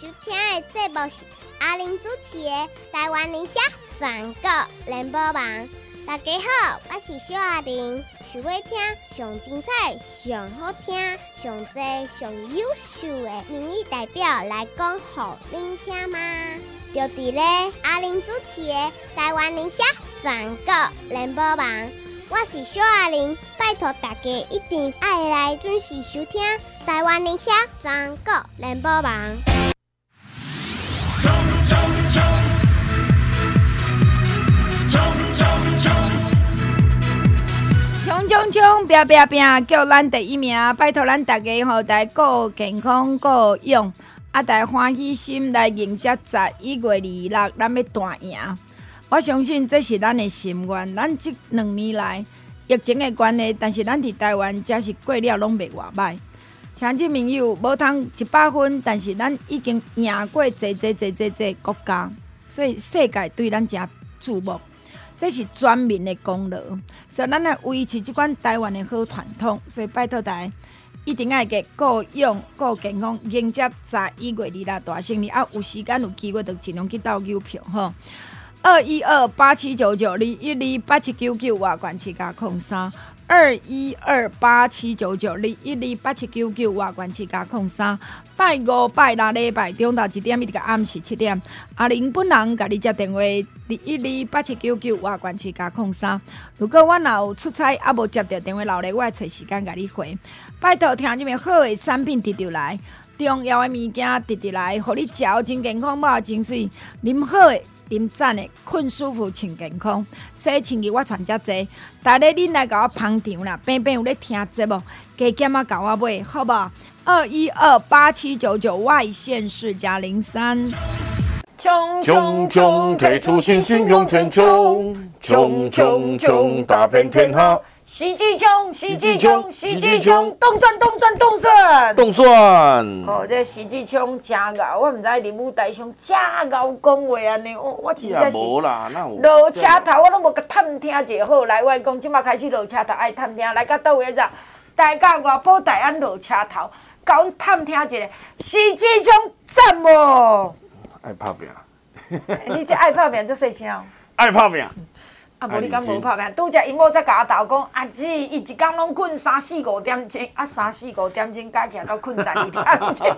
收听的节目是阿玲主持的《台湾宁夏全国联播网》。大家好，我是小阿玲。想要听上精彩、上好听、上多、上优秀的民意代表来讲给您听吗？就伫咧阿玲主持的《台湾宁夏全国联播网》。我是小阿玲，拜托大家一定要来准时收听台湾宁夏全国联播网。 冲，拼，叫咱第一名！拜托咱大家吼，来顾健康、顾养，来欢喜心来迎接11月26，咱要大赢。我相信这是咱的心愿。咱这2年来疫情的关系，但是咱伫台湾才是过了拢袂偌歹。听众朋友，无通100分，但是咱已经赢过侪国家，所以世界对咱真注目。这是全民的功劳，所以咱来维持这款台湾的好传统。所以拜托大家一定要给顾养、顾健康，迎接11月26大胜利。有时间有机会就尽量去斗邮票吼。212879921287999外管7加03。212879921287999外管7加03。拜5、拜6礼拜中昼1点一直到暗时7点，阿玲本人甲你接电话1287999外管7加03。如果我若有出差啊无接到电话留咧，我会找时间甲你回。拜托听这边好的产品直直来，重要的物件直直来，互你食真健康，饱真水，啉好的。啉赞的，困舒服，穿健康，洗清气我传遮济。大家恁来甲我捧场啦，边有咧听节目，加减啊甲我买，好不好？2128799外县市加03。 冲，推出新涌全冲，冲，打遍天下。 喜剧冲，动算。哦，这喜剧冲真熬，我毋知伫舞台上真熬讲话安尼，我真正是。 无啦，那有。 落车头我拢无甲探听一下好，来我讲即马开始落车头爱探听，来到倒位咋？大家外埔大安落车头，甲阮探听一下，喜剧冲赞无？ 爱拍拼。 你这爱拍拼做细声。 爱拍拼。 啊，无你敢无拍拼？拄则因某才甲我斗讲，阿姊伊一工拢困3、4、5点钟，啊3、4、5点钟加起来都困12点钟。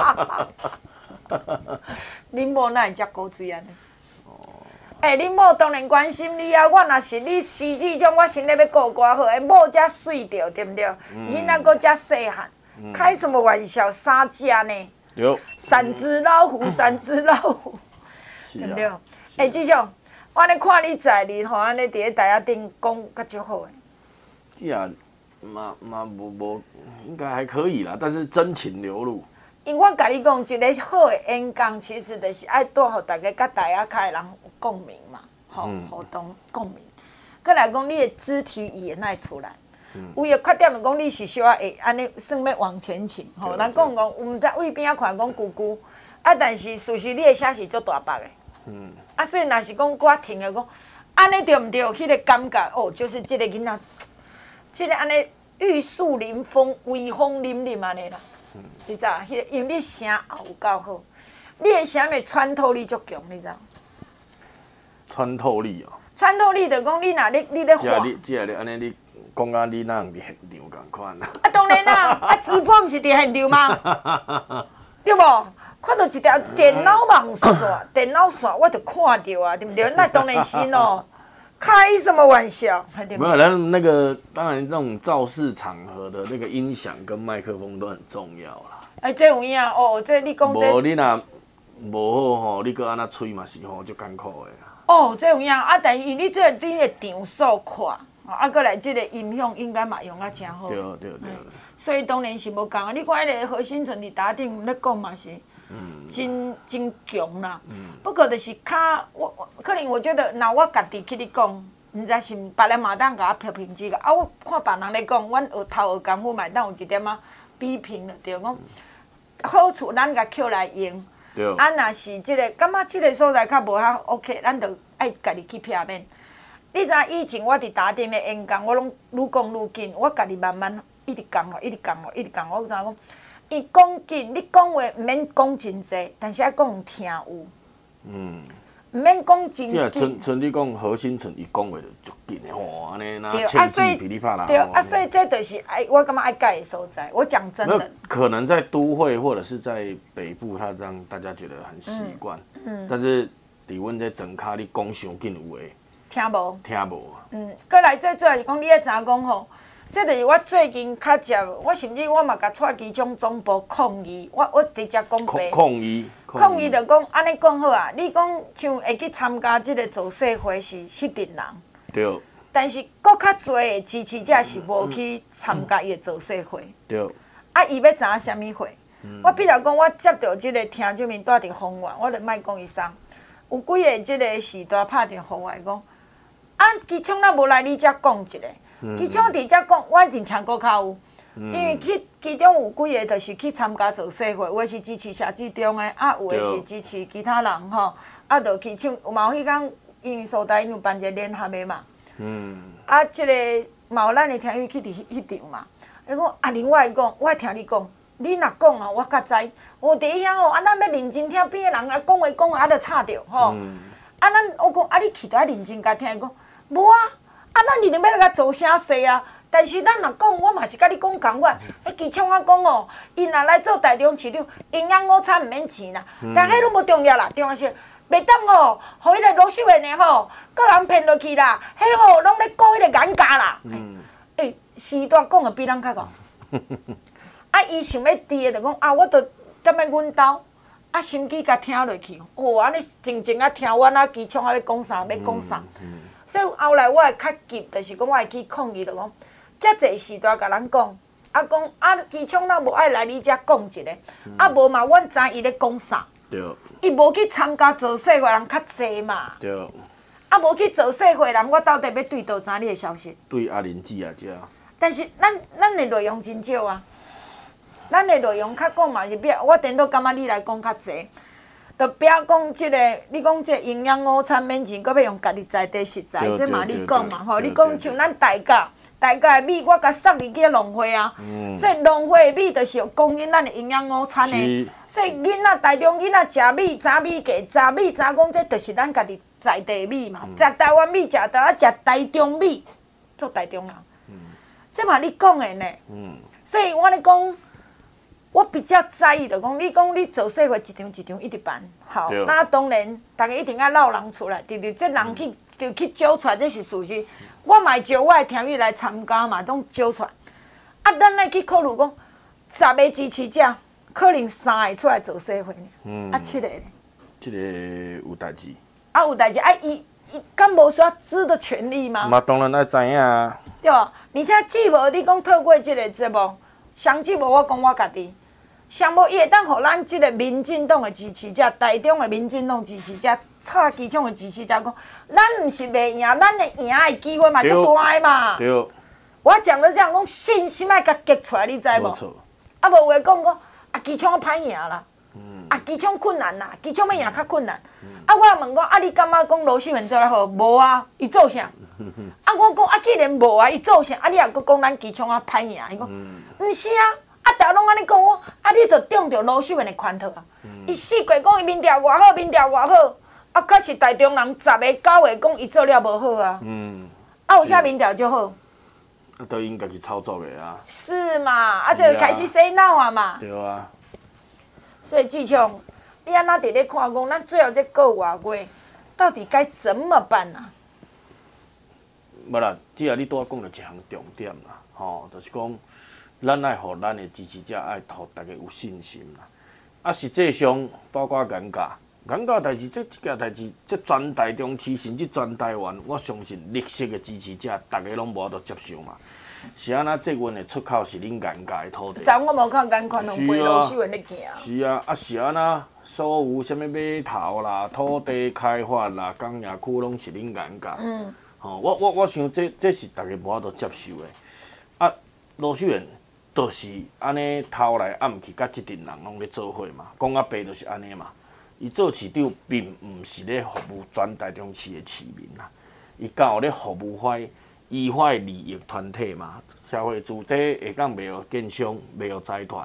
恁某哪会遮古锥安尼？恁某当然关心你啊！我若是你狮子种，我心里要顾偌好，某遮水着，对不对？囡仔搁遮细汉，开什么玩笑？3只呢？ 对。 3只老虎，对不对？这种。我咧看你在哩吼，安尼伫咧台仔顶讲较足好诶。 呀，嘛无，应该还可以啦，但是真情流露。 因为我甲你讲，一个好诶演讲，其实就是爱带互大家甲台仔较诶人有共鸣嘛，互动共鸣。再来讲，你诶肢体语言爱出来。有诶缺点就讲你是小可会安尼算要往前倾，吼，人讲毋知位边仔看讲咕咕，啊，但是事实你诶声是足大白诶。啊，所以若是讲我听了讲，安尼对毋对？迄个感觉哦，就是即个囡仔，即个安尼玉树临风、威风凛凛安尼啦。你知？迄个因为你声也有够好，你的声的穿透力足强，你知？ 穿透力哦。 穿透力就讲你若你咧画。 即个你安尼你讲啊，你哪样伫现场共款啊？ 啊，当然啦，直播毋是伫现场吗？对无？看到一条电脑网线，我就看到啊，对不对？那当然是咯，开什么玩笑？ 没有，那个当然那种造势场合的那个音响跟麦克风都很重要啦。 这有影哦，这你讲这。 无你若无好吼，你搁安那吹嘛是吼，足艰苦的啦。 哦，这有影啊，但是你这你的场数快，搁来这个音响应该嘛用啊真好。 对。 所以当然是无共啊！你看迄个何新存伫打顶咧讲嘛是。真强啦，不过就是我可能我觉得，那我家己去你讲，毋知是别人嘛当甲我批评这个，啊，我看别人咧讲，阮学功夫嘛当有一点仔比拼了，对讲好处咱甲捡来用， 对。 啊，若是感觉这个所在较无遐 OK， 咱就爱家己去避免。你知以前我伫打顶咧演讲，我拢愈讲愈紧，我家己慢慢一直讲，我知影讲。 伊讲紧，你讲话毋免讲真济，但是爱讲有听有。毋免讲真即紧。 像你讲何新存，伊讲话就足紧的吼，安尼那对， 千字噼里啪啦。 对，所以这就是我感觉爱改的所在。我讲真的， 可能在都会或者是在北部，他这样大家觉得很习惯。但是伫阮这整卡，你讲伤紧有诶， 听无？ 听无啊。 过来最主要是讲，你爱知讲吼，这就是我最近较接，我甚至我嘛甲蔡其中总部抗议，我直接讲白。抗议就讲安尼讲好啊！你讲像会去参加即个造势会是迄群人， 对。 但是搁较侪的支持者是无去参加伊的造势会。 对。 啊，伊要知影啥物会？我比如讲，我接到即个听众面住伫方圆，我就莫讲伊啥。有几个即个时代拍电话来讲，啊，机枪咱无来你遮讲一个，机枪伫遮讲，我一定听过较有。因为去其中有几个就是去参加造势会，有的是支持社志中的，啊有的是支持其他人吼，啊就去唱，嘛有迄天因为所在因有办一个联合的嘛，啊即个嘛有咱的听友去伫迄场嘛，伊讲啊另外讲，我听你讲，你若讲啊，我较知，我伫遐吼，啊咱要认真听边个人啊讲话讲啊，就吵着吼，啊我讲啊你去着爱认真甲听，伊讲无啊，啊咱一定要来甲做声势啊。但是咱若讲，我嘛是甲你讲共款。迄机枪啊讲哦，伊若来做台中市长，营养午餐毋免钱啦。但迄拢无重要啦，重要是袂当哦，互迄个罗秀燕的吼，个人骗落去啦。迄吼拢咧顾迄个眼价啦。时代讲的比咱较戆。啊，伊想要治的就讲啊，我着踮咧阮兜，啊心机甲听落去，哦，安尼静静啊听阮啊机枪啊要讲啥，要讲啥。所以后来我会较急，就是讲我会去抗议，就讲。遮济时代甲咱讲，啊讲啊，机枪咱无爱来你遮讲一个，啊无嘛，阮知伊咧讲啥。 对。 伊无去参加造势会人较济嘛。 对。 啊无去造势会人，我到底要对倒知你的消息？ 对阿玲姐啊，遮。 但是咱的内容真少啊，咱的内容较讲嘛是比我顶多感觉你来讲较济，就比讲即个，你讲即个营养午餐免钱，搁要用家己在地食材，这嘛你讲嘛吼？你讲像咱大家的米我甲送入去农会啊，所以农会的米就是供应咱的营养午餐的。所以囡仔台中囡仔食米，炸米价，炸米炸讲这就是咱家己在地米嘛。食台湾米，食到啊食台中米，做台中人。这嘛你讲的呢。所以我咧讲，我比较在意的讲，你讲你造势会一场一场一直办，好，那当然大家一定要闹人出来，对不对？这人去招出来，这是事实。我嘛会招我的听友来参加嘛，拢招出来。啊，咱来去考虑讲，10个支持者，可能3个出来造势会呢，啊7个呢。 这个有代志。 啊，有代志，啊，伊敢无需要知的权利吗？ 嘛，当然爱知影啊。 对吧？而且既无你讲透过即个节目，上即无我讲我家己，上无伊会当互咱即个民进党的支持者、台中的民进党支持者、蔡其昌的支持者讲，咱毋是袂赢，咱的赢的机会嘛足大的嘛。 对。 我讲的这样讲，信心爱甲激出来，你知无？啊，无有话讲啊，基昌歹赢啦，啊，基昌困难啦，基昌要赢较困难。啊，我问讲，啊，你感觉讲罗秀燕做得好？无啊，伊做啥？啊，我讲啊，既然无啊，伊做啥？啊，你也搁讲咱基昌啊歹赢？伊讲，毋是啊，啊，大家拢安尼讲我，啊，你着中着罗秀燕的圈套啊。伊四过讲伊民调偌好，民调偌好，啊，可是台中人10个9个讲伊做了无好啊。啊，有啥民调就好？ 啊，都因家己操作的啊。 是嘛？啊，就开始洗脑啊嘛。 对啊。 所以志强，你安那伫咧看讲，咱最后这个偌月，到底该怎么办啊？ 无啦，只要你拄仔讲到一项重点啦，吼，就是讲，咱爱互咱的支持者爱互大家有信心啦。啊，实际上包括眼价代志，这件代志，这全台中市甚至全台湾，我相信绿色的支持者，大家拢无法度接受嘛。是安那，这阮的出口是恁眼价的土地。 昨我无看眼看拢陪罗秀燕咧行。 是啊，啊是安那，所有啥物码头啦、土地开发啦、工业区拢是恁眼价。吼，我想这是大家无法度接受的。啊，罗秀燕就是安尼偷来暗去，甲即群人拢咧做伙嘛。讲啊白就是安尼嘛。伊做市长并毋是咧服务全台中市的市民啦，伊敢有咧服务依法的利益团体嘛？社会主体会讲袂有建商，袂有财团，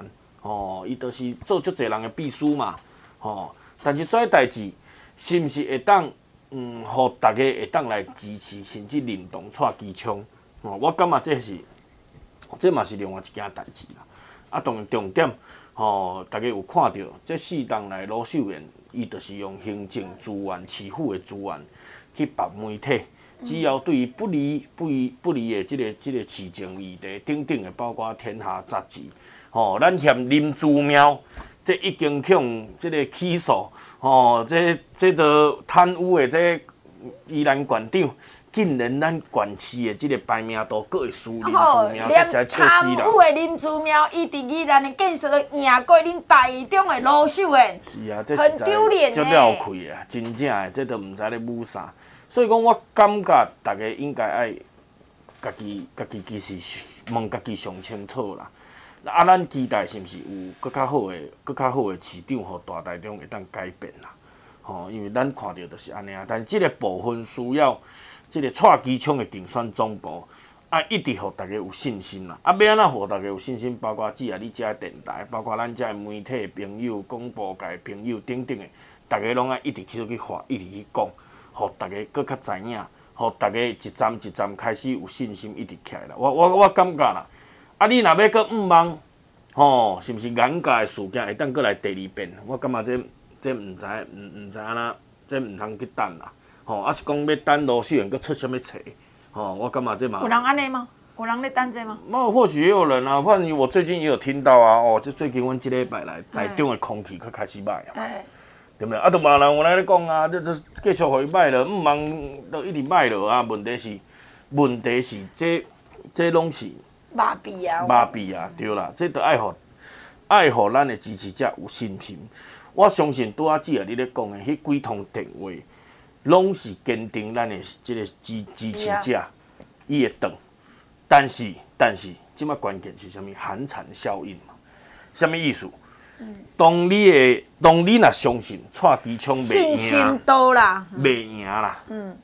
伊就是做足侪人的秘书嘛，但是这代志是毋是会当互大家会当来支持，甚至认同蔡基昌？我感觉这嘛是另外一件代志啦。啊，当然重点，大家有看到这4档来罗秀燕，伊就是用行政资源、市府的资源去绑媒体，只要对于不利的这个市政议题等等的，包括天下杂志，咱嫌林姿妙，这已经向这个起诉，这个贪污的这宜兰县长。竟然咱县市的即个排名都佫会输林姿妙，这实在笑死人。 贪污的林姿妙，伊伫宜兰的建设赢过恁台中的罗秀燕。 是啊，这实在足了亏啊！真正的，这都毋知咧舞啥。所以讲，我感觉大家应该爱家己其实问家己上清楚啦。啊，咱期待是毋是有佫较好的市长和大台中会当改变啦？因为咱看到就是安尼啊，但即个部分需要。即个蔡基昌的竞选总部一直互大家有信心啦。要安怎互大家有信心？包括只你遮的电台，包括咱遮的媒体朋友、广播界朋友等等的，大家拢一直去发，一直去讲，互大家佫较知影，互大家一站一站开始有信心，一直起来啦。我感觉啦，你若要佫毋茫，是毋是眼界的事件会当佫来第2遍？我感觉这毋知安怎，这毋通去等啦。是讲要等罗秀燕佫出什么册？我感觉这嘛。 有人安尼吗？有人咧等这吗？ 或许也有人啊，反正我最近也有听到啊。就最近阮这礼拜来，台中的空气佫开始歹啊，对不对？都嘛人有来咧讲啊，这继续互伊歹落，毋茫都一直歹落啊。问题是这拢是麻痹啊， 对啦，这都爱互咱的支持者有信心。我相信拄仔只你咧讲的迄几通电话。拢是坚定咱的即个支持者，伊会转。但是，即摆关键是啥物？寒蝉效应嘛？啥物意思？当你若相信蔡基昌袂赢，信心多啦， 袂赢啦。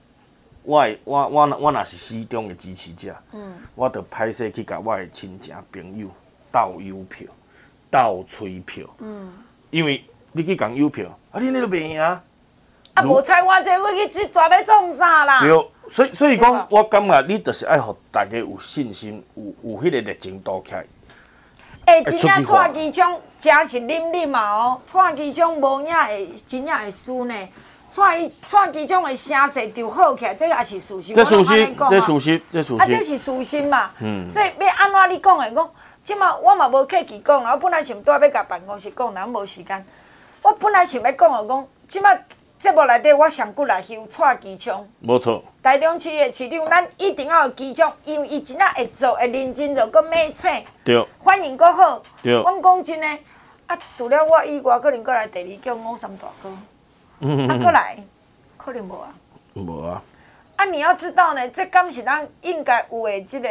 我若是市中的支持者，我着歹势去甲我的亲戚朋友斗邮票、斗催票。因为你去讲邮票，你那个袂赢。 无采我这要去抓要创啥啦？ 对，所以讲，我感觉你就是爱互大家有信心，有迄个热情度起来。 真正蔡基昌真是啉嘛蔡基昌无影会真正会输呢。蔡基昌的声势就好起来，这也是事实。 这事实。这是事实嘛。所以要安怎你讲的？讲，即马我嘛无客气讲啦。我本来想倒要甲办公室讲，但无时间。我本来想要讲讲，即马。节目内底，我上骨来休蔡基昌， 无错。 台中市的市长，咱一定要有基昌，因为伊真正会做，会认真做，佮美请。 对。 反应佮好。 对。 我讲真诶，除了我以外，可能佮来第2叫53大哥。佮来，可能无啊。 无啊。 你要知道呢，这敢是咱应该有的即个，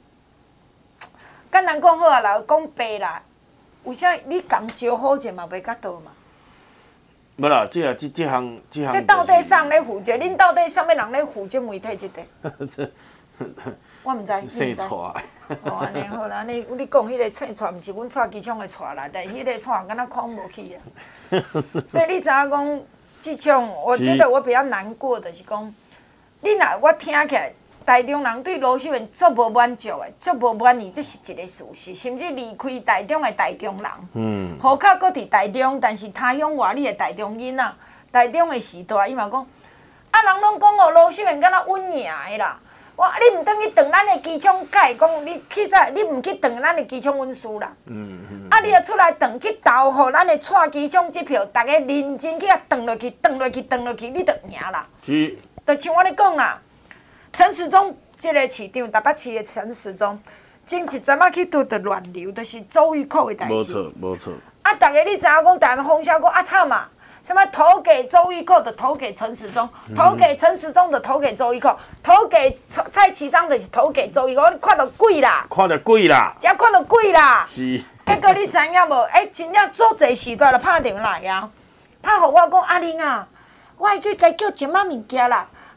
简单讲好啊啦，讲白啦，为啥你工招好者嘛袂甲倒嘛？ 无啦，这项。 这到底谁咧负责？恁到底啥物人咧负责媒体这块？我毋知，你毋知。安尼好啦，你讲迄个姓蔡，毋是阮蔡基昌的蔡啦，但迄个蔡敢若看无去啊。所以你知影讲，即种我觉得我比较难过的是讲，你若我听起来。台中人对罗秀燕足无满足的，足无满意，这是一个事实。甚至离开台中的台中人，户口搁伫台中，但是他乡外里的台中囡仔，台中的时代，伊嘛讲，人拢讲哦，罗秀燕敢若稳赢的啦。你毋等于当咱的机枪改，讲你去在，你毋去当咱的机枪稳输啦。你著出来当去投，互咱的蔡基昌这票，大家认真去当落去，你著赢啦。 是。 就像我咧讲啦。陈时中这个市长，台北市的陈时中，前一阵去拄着乱流，就是周玉蔻的代志。 无错。 大家你知影讲，台湾风声讲惨嘛，什么投给周玉蔻的投给陈时中，投给陈时中的投给周玉蔻，投给蔡其昌的是投给周玉蔻，你看到鬼啦！ 看到鬼啦！ 只看到鬼啦！ 是。 结果你知影无？真正足侪时代就拍电话来啊，拍互我讲玲啊，我会去该叫一仔物件啦。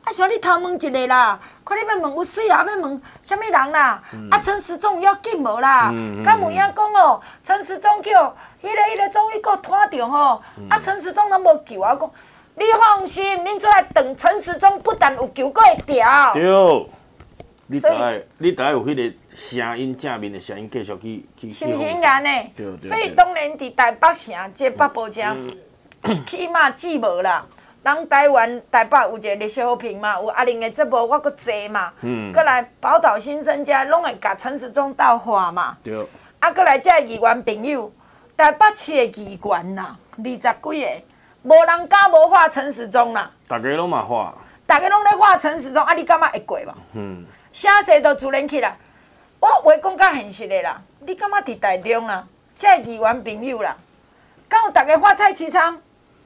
啊，像你头问一个啦，看你要问有水啊，要问啥物人啦？啊，陈时中约紧无啦？敢有影讲哦，陈时中叫迄个周玉国拖着吼，啊，陈时中拢无救啊！讲你放心，恁出来等陈时中不但有救，佫会调。 对，你大概有迄个声音正面的声音继续去。 是毋是应该呢？ 对。 所以当然伫台北城这北部城，起码止无啦。咱台湾台北有一个历史好评嘛，有阿玲的节目我搁坐嘛，搁来宝岛新生家拢会甲陈时中斗话嘛。 对。 啊，搁来这议员朋友，台北市的议员啦，20几个，无人敢无话陈时中啦。 大家拢嘛话。 大家拢咧话陈时中，啊，你感觉会过无？写势都自然起来。我话讲较现实的啦，你感觉伫台中啦，这议员朋友啦，敢有大家话蔡其昌？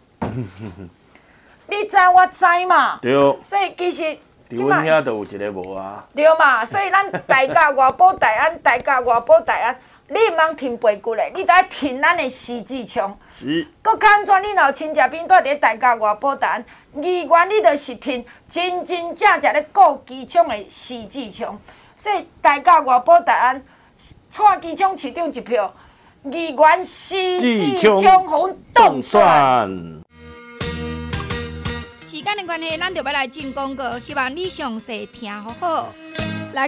你知我知嘛？ 对。 所以其实伫阮遐就有一个无啊。 对嘛，所以咱大家外保大安，大家外保大安，你毋通挺背骨的，你得爱挺咱的施志强。 是。 搁较安怎？你若有亲戚朋友住伫大家外保大安，议员你就是挺真正正咧顾机场的施志强。所以大家外保大安，蔡机场市长一票，议员施志强互当选。时间的关系，咱就要来进广告，希望你详细听好好。来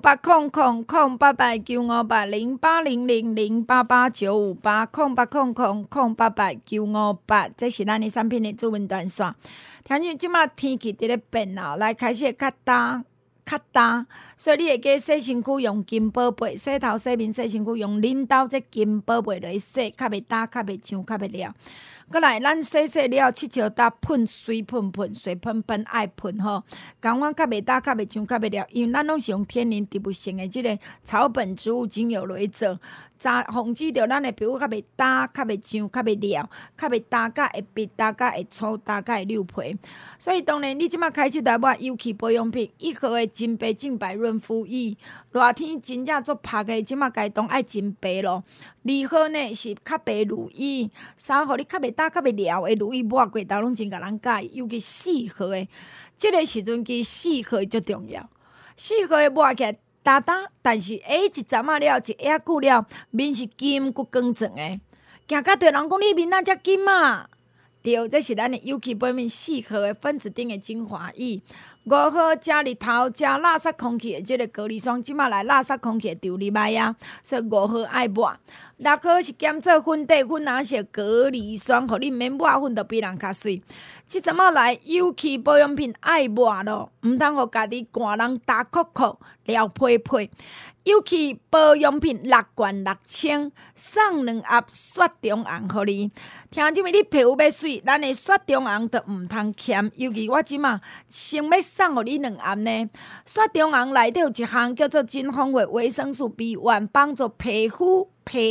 0800088958，0800088958，0800088958，这是咱的产品的主文段线。听见即马天气伫咧变啦，来开始较干，所以你会记洗身躯用金宝贝，洗头洗面洗身躯用恁兜这金宝贝来洗，较袂干，较袂呛，较袂了。过来，咱洗了，七笑搭喷水喷，水喷爱喷吼，讲我较袂干，较袂呛，较袂了，因为咱拢是用天然植物性的即个草本植物精油来做。防止着咱的皮肤较袂干、较袂痒、较袂了、较袂干、甲会闭、干、甲会粗、干、甲会溜皮。所以当然，你即马开始来买尤其保养品，1号的金白净白润肤液，热天真正足晒的，即马家当爱真白咯。2号呢是较白乳液，3号你较袂干、较袂了的乳液抹过头拢真甲人介意，尤其4号的，即个时阵其4号最重要，4号的抹起来。打，但是一阵了，一下久了，面是金骨光泽的，行到对人讲你面哪遮金啊？对，这是咱的尤其保养品4号的分子丁的精华液，5号加日头加垃圾空气的这个隔离霜，即马来垃圾空气丢入来啊，所以5号爱抹。6号是减做粉底粉红色隔离霜，互你免抹粉，就比人较水。即阵仔来尤其保养品爱抹咯，毋通互家己寒人打酷酷撩皮皮。尤其保养品6罐6千，送2盒雪中红互你。听即物你皮肤要水，咱的雪中红就毋通欠。尤其我即马先要送互你2盒呢。雪中红内底有一项叫做金风味维生素 B1， 帮助皮肤，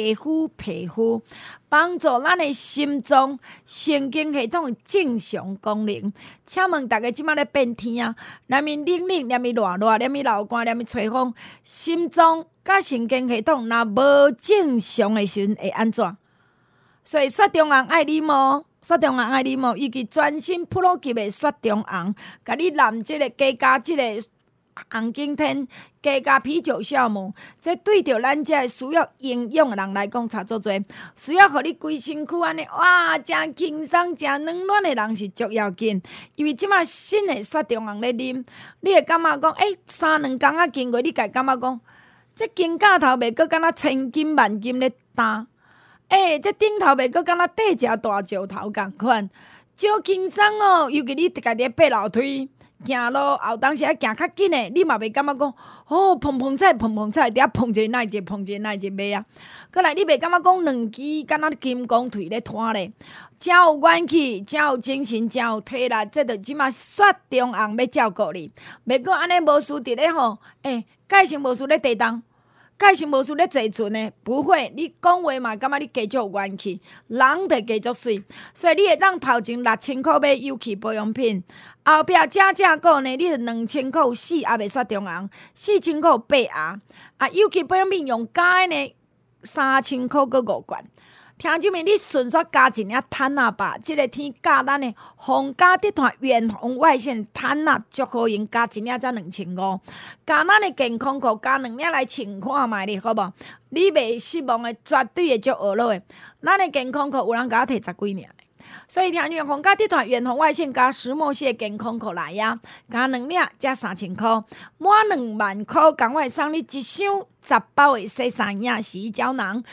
帮助咱的心脏、神经系统正常功能。请问大家即马咧变天啊？连面冷，连面热，连面流汗，连面吹风，心脏甲神经系统若无正常的时阵会安怎？所以雪中红爱你无？雪中红爱你无？伊是全身普罗级的雪中红，甲你染即个加即个红景天。加啤酒酵母，这对着咱这需要营养的人来讲差足多，需要互你规身躯安尼哇，真轻松、真暖暖的人是足要紧。因为即马新的雪中红咧啉，你会感觉讲，3-2工仔经过，你家感觉讲，这肩胛头袂阁敢若千斤万斤咧担，这顶头袂阁敢若缀一大石头共款，足轻松哦。尤其你家己爬楼梯。行路后当时啊行较紧诶，你嘛袂感觉讲碰踩，伫遐碰一个耐一个，碰一个耐一个袂啊。过来你袂感觉讲2支敢若金刚腿咧拖咧，真有元气，真有精神，真有体力。这着即马雪中红要照顾你，袂过安尼无事伫咧吼，介成无事咧地动。介是无事咧坐船的，不会。你讲话嘛，感觉你加足有元气，人就加足水。所以你会当头前6000块买尤其保养品，后壁正个呢，你就2000块有4盒的雪中红，4000块有8盒。尤其保养品用加的呢，3000块搁5罐。 听众们，你顺续加一领毯仔吧。即个天教咱的皇家集团远红外线毯仔足好用，加一领才2500。加咱的健康裤加2领来穿看卖哩，好无？你袂失望的，绝对会足学乐的。咱的健康裤有人甲我摕10几领。所以，听见皇家集团远红外线加石墨烯健康裤来呀，加2领才3000块，满2万块，共我会送你一箱10包的洗衫液洗衣胶囊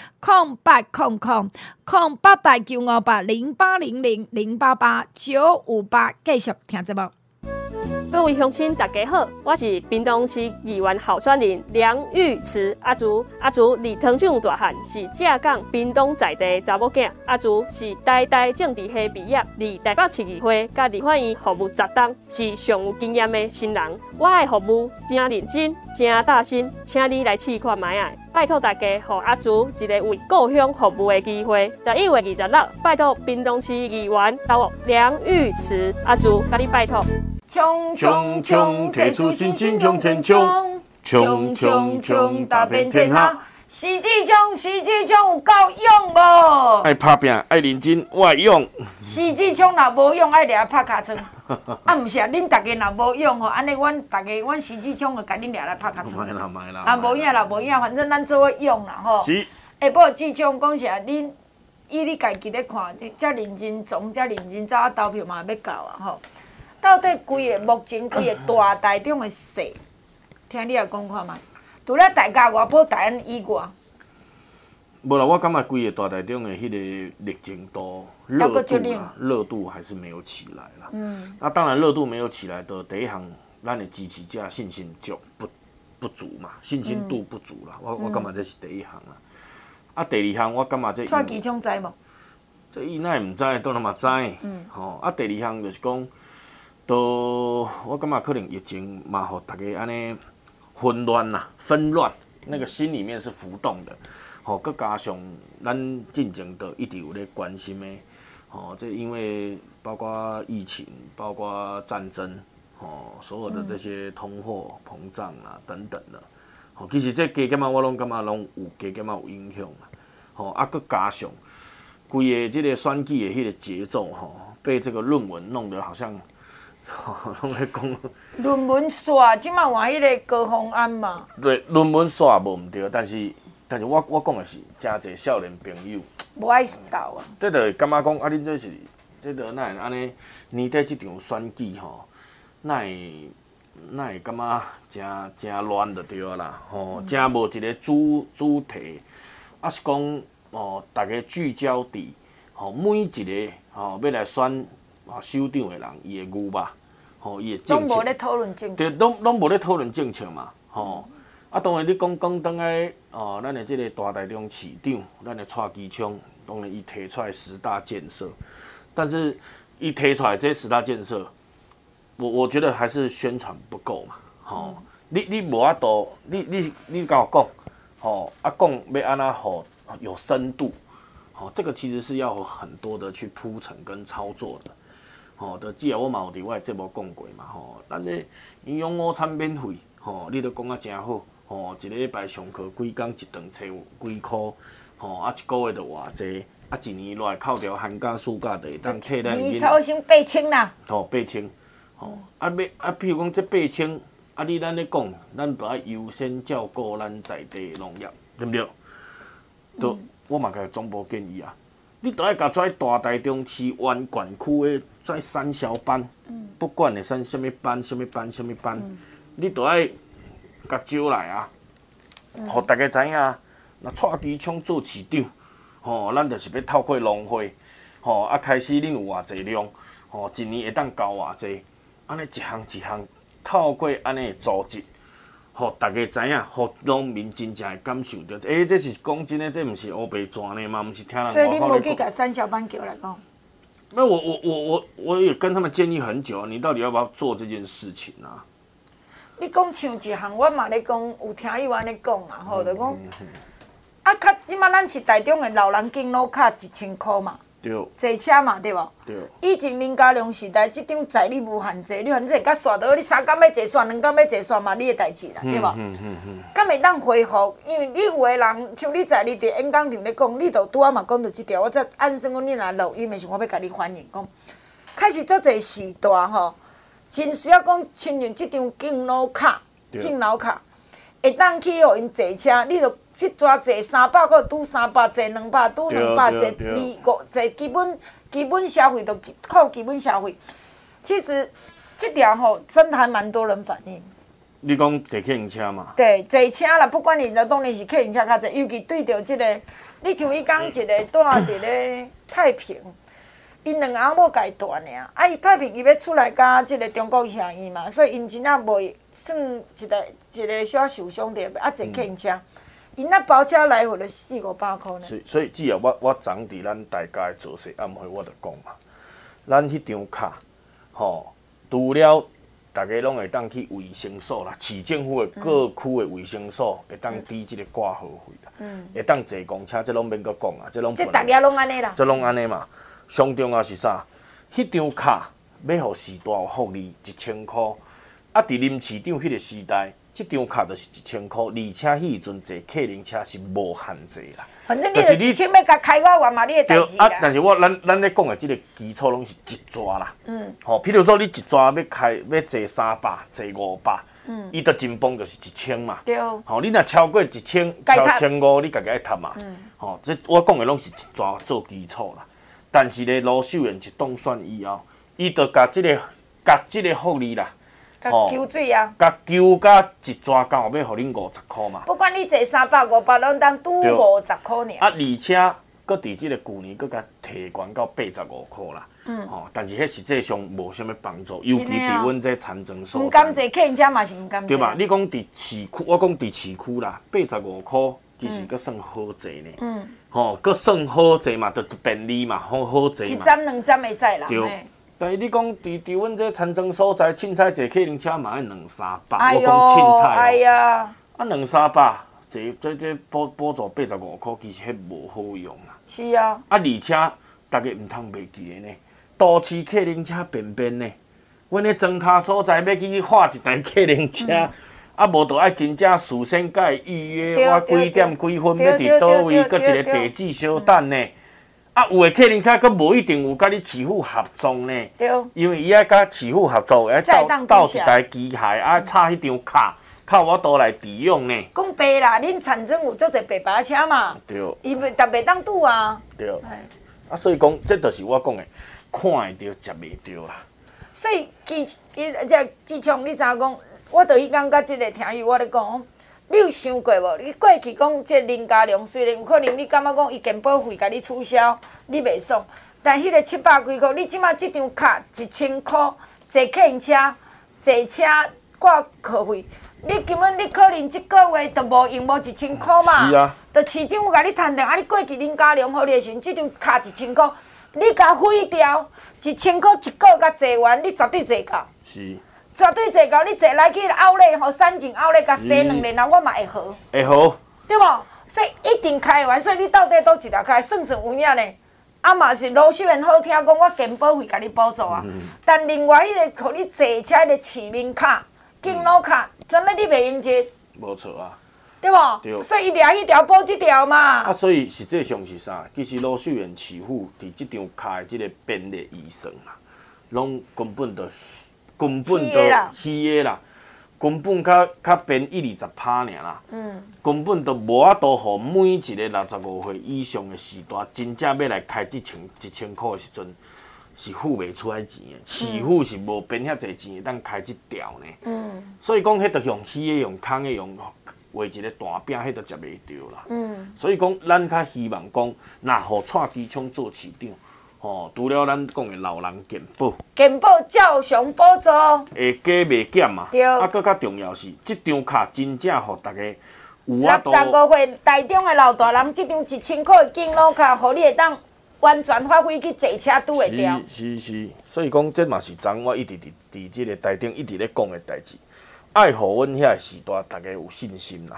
，0800-0800-0800-088-958，继续听节目。 各位乡亲，大家好，我是屏东市议员候选人梁玉慈阿竹。阿竹离汤厂大汉，是正港屏东在地查某囝。阿竹是代代政治系毕业，离台北市议会甲立法院服务10档，是上有经验的新人。我的服务真认真，真大心，请你来试看卖啊！拜托大家，予阿竹一个为故乡服务的机会。11月26，拜托屏东市议员到梁玉慈阿竹，甲你拜托。 冲冲冲，提出新青向前冲！冲冲冲，打遍天下。时之冲有够勇无？ 爱拍拼，爱认真，我会勇。 时之冲若无勇，爱掠拍尻川。啊，毋是啊，恁大家若无勇吼，安尼阮时之冲就甲恁掠来拍尻川。 歹啦。 啊，无影啦，无影，反正咱做伙勇啦吼。 是。 下晡志冲讲是啊，恁以你家己咧看，遮认真从，遮认真走啊，投票嘛要到啊吼。到底目前规个大台中的势，听你也讲看觅。除了大家外埔台湾以外， 无啦，我感觉规个大台中的迄个热情度、热度还是没有起来啦。那当然热度没有起来的第一项，咱的支持者信心就不足嘛，信心度不足啦。我感觉这是第一项啦。啊，第二项我感觉这蔡其昌知无？ 这伊哪会毋知，当然嘛知。啊，第二项就是讲。我感觉可能疫情嘛，互大家安尼纷乱，那个心里面是浮动的。佮加上咱进前都一直有咧关心的，这因为包括疫情，包括战争，所有的这些通货膨胀啊等等的，其实这加减啊，我拢感觉拢有加减啊有影响啦。佮加上规个这个选举的迄个节奏，被这个论文弄得好像。拢在讲论文煞，即马换迄个高虹安嘛。 对，论文煞无毋对，但是我讲的是真侪少年朋友无爱斗啊。 这就会感觉讲啊，恁这就哪会安尼？年底即场选举吼，哪会感觉真乱就对啦，真无一个主题，啊是讲大家聚焦伫每一个要来选。首长的人，伊的牛肉，伊的政策， 拢无咧讨论政策， 对，拢无咧讨论政策嘛，啊，当然你讲倒来，咱的这个大台中市长，咱的蔡其昌，当然伊提出来10大建设，但是伊提出来这10大建设，我觉得还是宣传不够嘛，你无法度，你甲我讲，讲要安怎好有深度，这个其实是要有很多的去铺陈跟操作的。就只要我嘛有伫我的节目讲过嘛，咱咧营养午餐免费，你都讲啊真好，一个礼拜上课几工一顿找几箍，啊一个月就偌济，啊一年落来扣掉寒假暑假就会当册咱年超先8000啦。 8000，譬如讲这8000，你咱咧讲，咱就要优先照顾咱在地农业，对不对？都我嘛甲总部建议啊。你都要甲跩大台中市湾管区的跩3小班，不管会选什么班，你都要甲招来啊，互大家知影，若蔡其昌做市长，咱就是要透过农会，开始恁有偌济量，一年会当交偌济，安尼一项透过安尼的组织。互大家知影，互农民真正会感受到，这是讲真诶，这毋是乌白传的嘛，毋是听人。 所以你无去甲3小班叫来讲。 那我也跟他们建议很久，你到底要不要做这件事情啊？ 你讲像一项，我嘛咧讲，有听伊安尼讲嘛，就讲，啊，即马咱是台中的老人敬老卡1000块嘛， 对， 坐车嘛，对无？ 对。 以前林佳龙时代，即张载你无限坐，你反正甲线倒，你3天要坐线，2天要坐线嘛，你的代志啦，对无？敢会当恢复？因为你有个人，像你在你伫演讲场咧讲，你著拄仔嘛讲到即条，我则按算讲你若录音的时候，我要甲你反映讲，开始足侪时代吼，真需要讲亲像即张敬老卡，会当去互因坐车，你著即抓坐300，搁拄300，坐200，拄200，坐2、5，坐基本消费都扣基本消费。其实这条吼，真的还蛮多人反映。 你讲坐客运车嘛？ 对，坐车啦，不管你当然是客运车较济，尤其对着即个，你像伊讲一个住伫咧太平，因两个某家大尔，啊伊太平伊要出来甲即个中国乡医嘛，所以因真正袂算一个小受伤着，啊坐客运车。因那包车来回就400-500块呢。 所以只要我昨伫咱大家的做事暗会，我就讲嘛，咱迄张卡，吼，除了大家拢会当去卫生所啦，市政府的各区的卫生所会当抵即个挂号费啦，会当坐公车，这拢免阁讲啊，这拢。 这大家拢安尼啦。 这拢安尼嘛，上重要是啥？迄张卡要互时代有福利，1000块，啊，伫林市长迄个时代。即张卡就是1000块，而且迄阵坐客运车是无限制啦。 反正你就1000要甲开我完嘛，你的代志啦。 对啊，但是咱咧讲的即个基础拢是一抓啦。吼，譬如说你一抓要坐300，坐500，伊的紧绷就是1000嘛。对。吼，你若超过1000，超1500，你家己爱摊嘛。吼，这我讲的拢是一抓做基础啦。但是咧，卢秀燕一当选以后，伊就甲即个福利啦。 甲抽水啊！ 甲抽甲一抓到后尾，互恁50块嘛。 不管你坐300、500，拢当拄50块尔。 啊，而且搁伫即个旧年搁甲提悬到85块啦。吼，但是迄实际上无啥物帮助，尤其伫阮这残障所在。毋甘坐客运车嘛是毋甘坐。 对吧？你讲伫市区，我讲伫市区啦，85块其实搁算好坐呢。吼，搁算好坐嘛，就便利嘛，好坐嘛。 一站2站会使啦。 对。但是你讲伫阮这残障所在，凊彩坐客运车嘛要200-300， 我讲凊彩哦。 哎呀！ 啊200-300，这补助85块，其实迄无好用啊。 是啊。啊， 而且大家毋通袂记的呢，都市客运车便便呢。阮咧庄卡所在要去画一台客运车，啊无就爱真正事先甲伊预约，我几点几分要伫倒位，搁一个地址小等呢。啊，有诶客运车，佫无一定有甲你市府合作呢。对。因为伊爱甲市府合作，爱斗一台机械，啊插迄张卡，靠我倒来使用呢。 讲白啦，恁田庄有足侪白巴车嘛。对。伊袂当拄啊。 对。啊，所以讲，这就是我讲诶，看会着，食袂着啦。 所以自从你知影讲，我著去讲甲即个听友我咧讲。你有想过无？你过去讲即林佳龙，虽然有可能你感觉讲伊健保费甲你取消，你袂爽，但迄个700几块，你即马即张卡1000块，坐客运车、坐车挂课费，你根本你可能即个月都无用无1000块嘛。是啊。就市政府甲你摊定，啊，你过去林佳龙互你的时阵，即张卡1000块，你甲毁掉，1000块一个甲坐完，你绝对坐到。是。绝对坐到，你坐来去奥莱吼，3井奥莱甲洗2年，然后我嘛会好。会好。对无？所以一定开完，所以你到底倒一条开，算有影呢？啊嘛是卢秀燕好听讲，我健保费甲你补助啊。但另外迄个，互你坐车迄个市民卡、敬老卡，真的你袂用坐。无错啊。对无？对。所以伊掠迄条补即条嘛。啊，所以实际上是啥？其实卢秀燕市府伫即张卡的即个便利医生啊，拢根本就虚的啦，根本较便1-20%尔啦。根本就无法度，互每一个65岁以上的时代，真正要来开1000块的时阵，是付袂出来钱的。市府是无变遐侪钱，当开即条呢。所以讲，迄着用虚的、用空的、用画一个大饼，迄着食袂着啦。所以讲，咱较希望讲，若互蔡基昌做市长。吼，除了咱讲的老人健保照常补助，会加袂减嘛。对。啊，搁较重要是，即张卡真正互大家有法度。65岁台中的老大人，即张1000块的敬老卡，互你会当完全发挥去坐车拄会着。是，所以讲，这嘛是昨我一直伫即个台顶一直咧讲的代志，爱互阮遐时代大家有信心啦。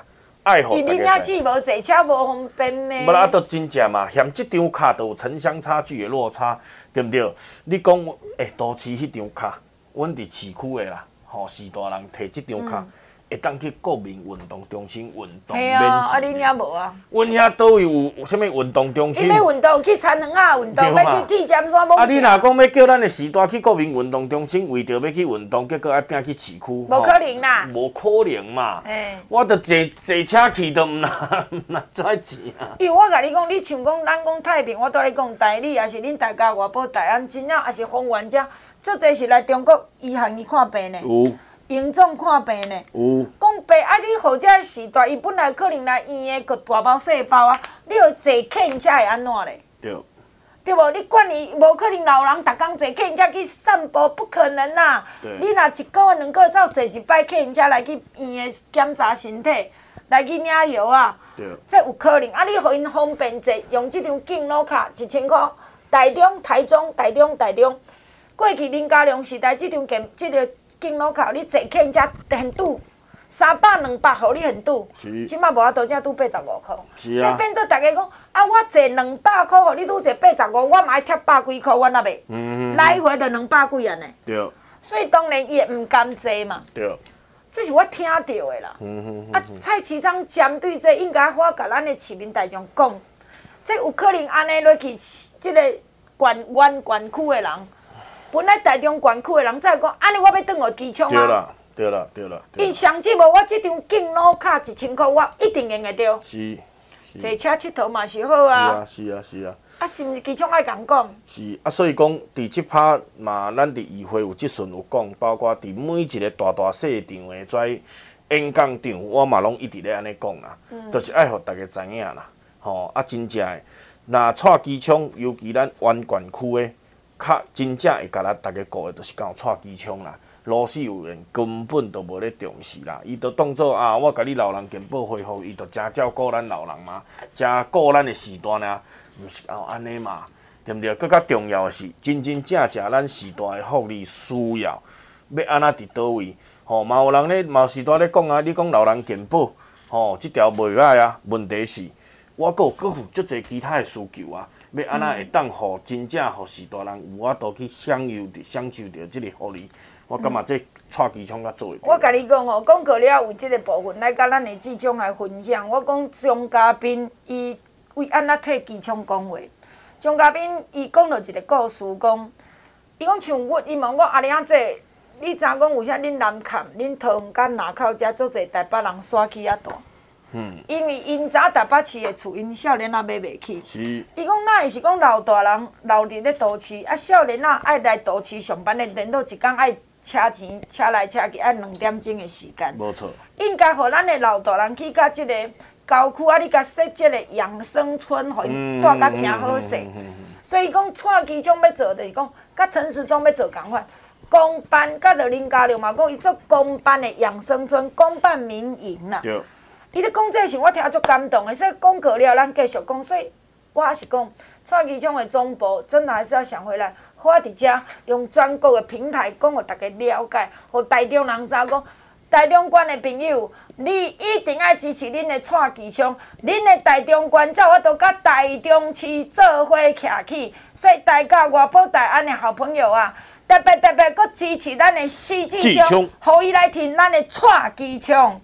爱互因大家知。 恁遐子无坐车无方便咩？ 无啦，都真正嘛，嫌即张卡都有城乡差距的落差，对毋对？你讲都市迄张卡，阮伫市区的啦，是大人摕即张卡，会当去国民运动中心运动免嘿啊， 钱。 恁遐无啊？ 阮遐倒有啥物运动中心？ 你要运动去田园啊运动， 对嘛要去铁尖山无？ 你若讲要叫咱的时代去国民运动中心，为着要去运动，结果爱拼去市区， 无可能啦。 无可能嘛！ 嘿， 我着坐车去都毋若载钱啊！ 因为我甲你讲，你像讲咱讲太平，我倒咧讲台里，也是恁大家外埔台湾，真正也是方圆者，足侪是来中国医学院看病的， 有营总看病的。 有， 讲病啊！你好这时代，伊本来可能来院的，个大包小包啊，你要坐客运车会安怎咧？ 对。 对无？你管伊无可能老人逐工坐客运车去散步，不可能啦。你若一个月、2个月才坐一摆客运车来去院的检查身体，来去领药啊，这有可能。啊，你互因方便坐，用即张敬老卡1000块，台中、台中、台中、台中。过去林佳龙时代，即个敬老卡，你坐客运车很堵，300、200，互你很堵。即摆无法度，才拄85块。所以变做大家讲。啊，我坐200块，互你拄坐85，我嘛爱贴百几块，我那袂。来回就200几安尼。 对。 所以当然伊会毋甘坐嘛。 对。 这是我听到的啦。啊，蔡市长针对这应该好甲咱的市民大众讲，这有可能安尼落去，即个县区的人，本来台中县区的人再讲，安尼我要转去机场啊。 对啦。 伊上次无我即张敬老卡1000块，我一定用得到。 是。 坐车佚佗嘛是好啊。 是啊。 啊，是毋是机场爱共讲？ 是啊，所以讲伫即拍嘛，咱伫议会有即阵有讲，包括伫每一个大细场的跩演讲场，我嘛拢一直咧安尼讲啦，就是爱互大家知影啦，啊，真正的，若蔡机场，尤其咱湾县区的，较真正会甲咱大家顾的，就是讲蔡机场啦。罗氏有人根本都无咧重视啦，伊都当作啊，我甲你老人健保恢复，伊就真照顾咱老人嘛，真顾咱的时段啊，毋是安尼嘛，对毋对？更较重要的是，真正咱时代的福利需要，要安怎伫倒位？嘛有人咧，嘛有时代咧讲啊，你讲老人健保，即条袂歹啊。问题是，我佫有足侪其他的需求啊，要安怎会当互真正互时代人有法度去享受着即个福利？我感觉这蔡机场较做会。 我甲你讲吼，讲过了有即个部分来甲咱的志忠来分享。我讲张嘉宾伊为安怎替机场讲话。张嘉宾伊讲了一个故事，讲伊讲像阮，伊问我阿玲姐，你知影讲为啥恁南崁、恁桃园甲南口遮足侪台北人徙去遐大？因为因早台北市的厝，因少年仔买袂起。伊讲那是讲老大人留伫咧都市，啊少年仔爱来都市上班的，连到一工爱车钱车来车去爱2点钟的时间。 无错。 应该互咱的老大人去甲即个郊区啊，你甲设即个养生村，互因住甲诚好势。所以讲蔡机长要做，就是讲甲陈时中要做共款。公办甲着林佳龙嘛，讲伊做公办的养生村，公办民营啦。 对。 伊咧讲这时，我听足感动的。所以讲过了，咱继续讲。所以我也是讲，蔡机长的总部真的还是要想回来。好啊，伫遮用全国的平台讲，互大家了解，互台中人知讲，台中县的朋友，你一定要支持恁的蔡机长，恁的台中县才有法度甲台中市做伙徛起。所以大家外埔台湾的好朋友啊，特别搁支持咱的施志昌，互伊来听咱的蔡机长。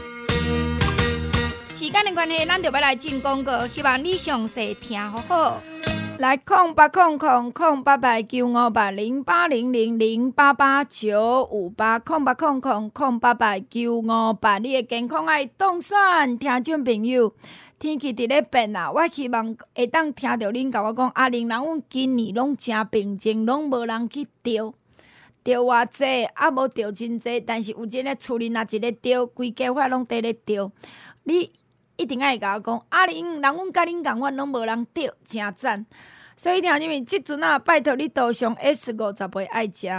时间的关系，咱就要来进广告，希望你详细听好好。 来0800-088-958，0800-088-958，你的健康爱当选，听众朋友。天气伫咧变啊，我希望会当听到恁甲我讲，阿玲人阮今年拢真平静，拢无人去钓偌济，啊无钓真济，但是有一个厝里若一个钓，规家伙拢伫咧钓，你一定爱甲我讲，阿玲人阮甲恁共款，拢无人钓，真赞。所以听众们，即阵啊，拜托你多上 S50杯爱食。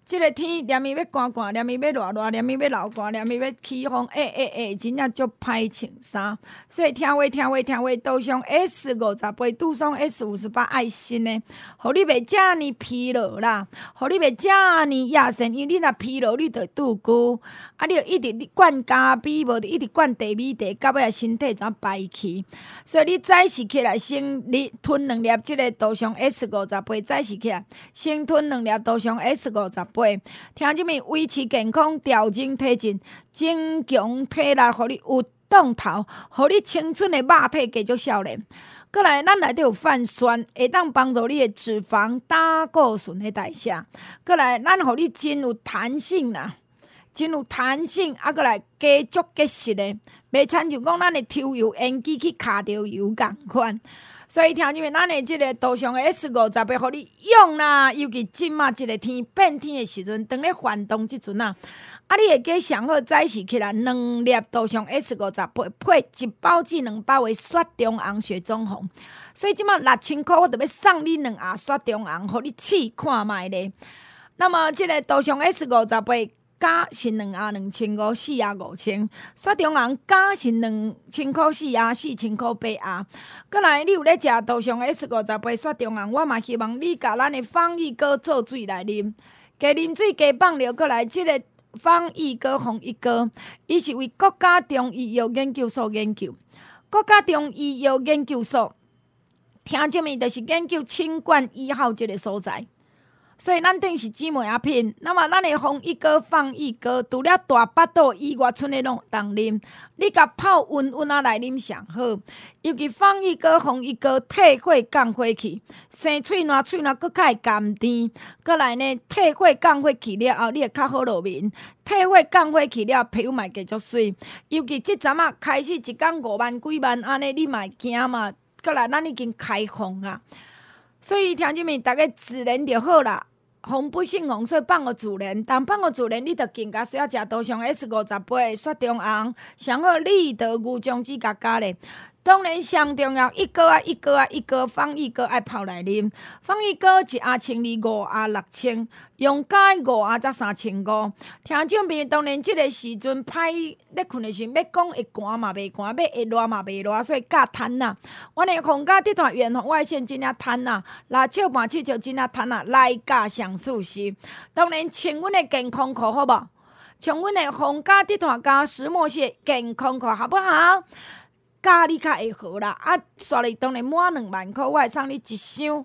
即个天连伊要寒寒，连伊要热热，连伊要流寒，连伊要起风，真正足歹穿衫。所以听话，杜上 S58，杜上 S58爱心的，互你袂遮尔疲劳啦，互你袂遮尔野生，因为你若疲劳，你着拄久，你着一直灌咖啡，无着一直灌茶米茶，到尾身体怎歹去？所以你早时起来先你吞2粒即个杜上 S58，早时起来先吞2粒杜上 S58。听即面维持健康、调整体质、增强体力，互你有动头，互你青春的肉体继续少年。过来，咱内底有泛酸，会当帮助你的脂肪、胆固醇的代谢。过来，咱互你真有弹性啦，真有弹性，过来加足结实的，袂亲像讲咱的抽油烟机去卡着油共款。所以听入面，咱的即个杜上 S58，互你用啦。尤其即马即个天变天的时阵，当咧环冬即阵啊，你会记上好早时起来2粒杜上 S58，配1包至2包的雪中红雪中红。所以即马6000块，我特要送你2盒雪中红，互你试看卖咧。那么即个杜上 S58。加是2盒2500，4盒5000。雪中红加是2000块4盒，4000块8盒。过来，你有咧食杜上 S58雪中红，我嘛希望你甲咱的方益哥做水来啉，加啉水加放尿。过来，即个方益哥、红益哥，伊是为国家中医药研究所研究。国家中医药研究所，听即面就是研究清冠1号即个所在。所以咱等于是姊妹啊品，那么咱的方益哥、放益哥，除了大巴肚以外，剩的拢当啉。你甲泡温温来啉上好，尤其放益哥、方益哥退火降火气，生喙烂喙烂，搁较会甘甜。过来呢，退火降火气了后，你会较好落面。退火降火气了，皮肤嘛继续水。尤其即阵啊，开始一天5万几万安尼，你嘛会惊嘛？过来，咱已经开放啊。所以听即面，大家自然就好啦。风不胜风，所以放互自然。但放互自然，你着更加需要食杜上 S58雪中红，上好利得牛姜子加加咧。当然上重要，一个放益哥爱泡来啉。放益哥1盒1200，5盒6000，用加5盒才3500。听众朋友，当然即个时阵歹咧困的时阵，要讲会寒嘛袂寒，要会热嘛袂热，所以加摊啦。我的红家这团远红外线真正摊啦，辣椒拌七就真正摊啦，来加上舒适。当然穿阮的健康裤好无？穿阮的红家这团加石墨烯健康裤好不好？加你较会好啦，刷你当然满2万块，我会送你一箱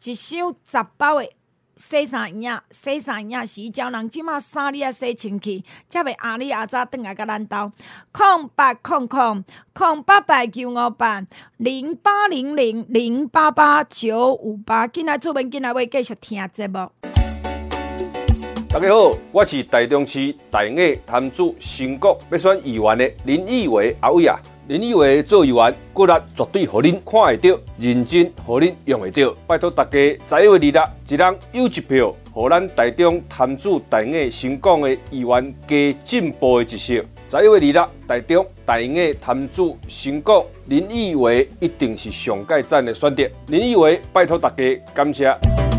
10包的洗衫液，洗衫液是招人即马衫你啊洗清气，才袂压你早转来甲咱兜。0800-0800-0800-088958，今仔主文今仔要继续听节目。 大家好，我是台中市大雅潭子新国要选议员的林义维阿伟啊。林义维做议员，骨力绝对互恁看会到，认真互恁用会到。拜托大家11月26日，一人有一票，互咱台中潭子大雅新港的议员加进步的一色。11月26日，台中大雅潭子新港林义维一定是上界赞的选择。林义维，拜托大家，感谢。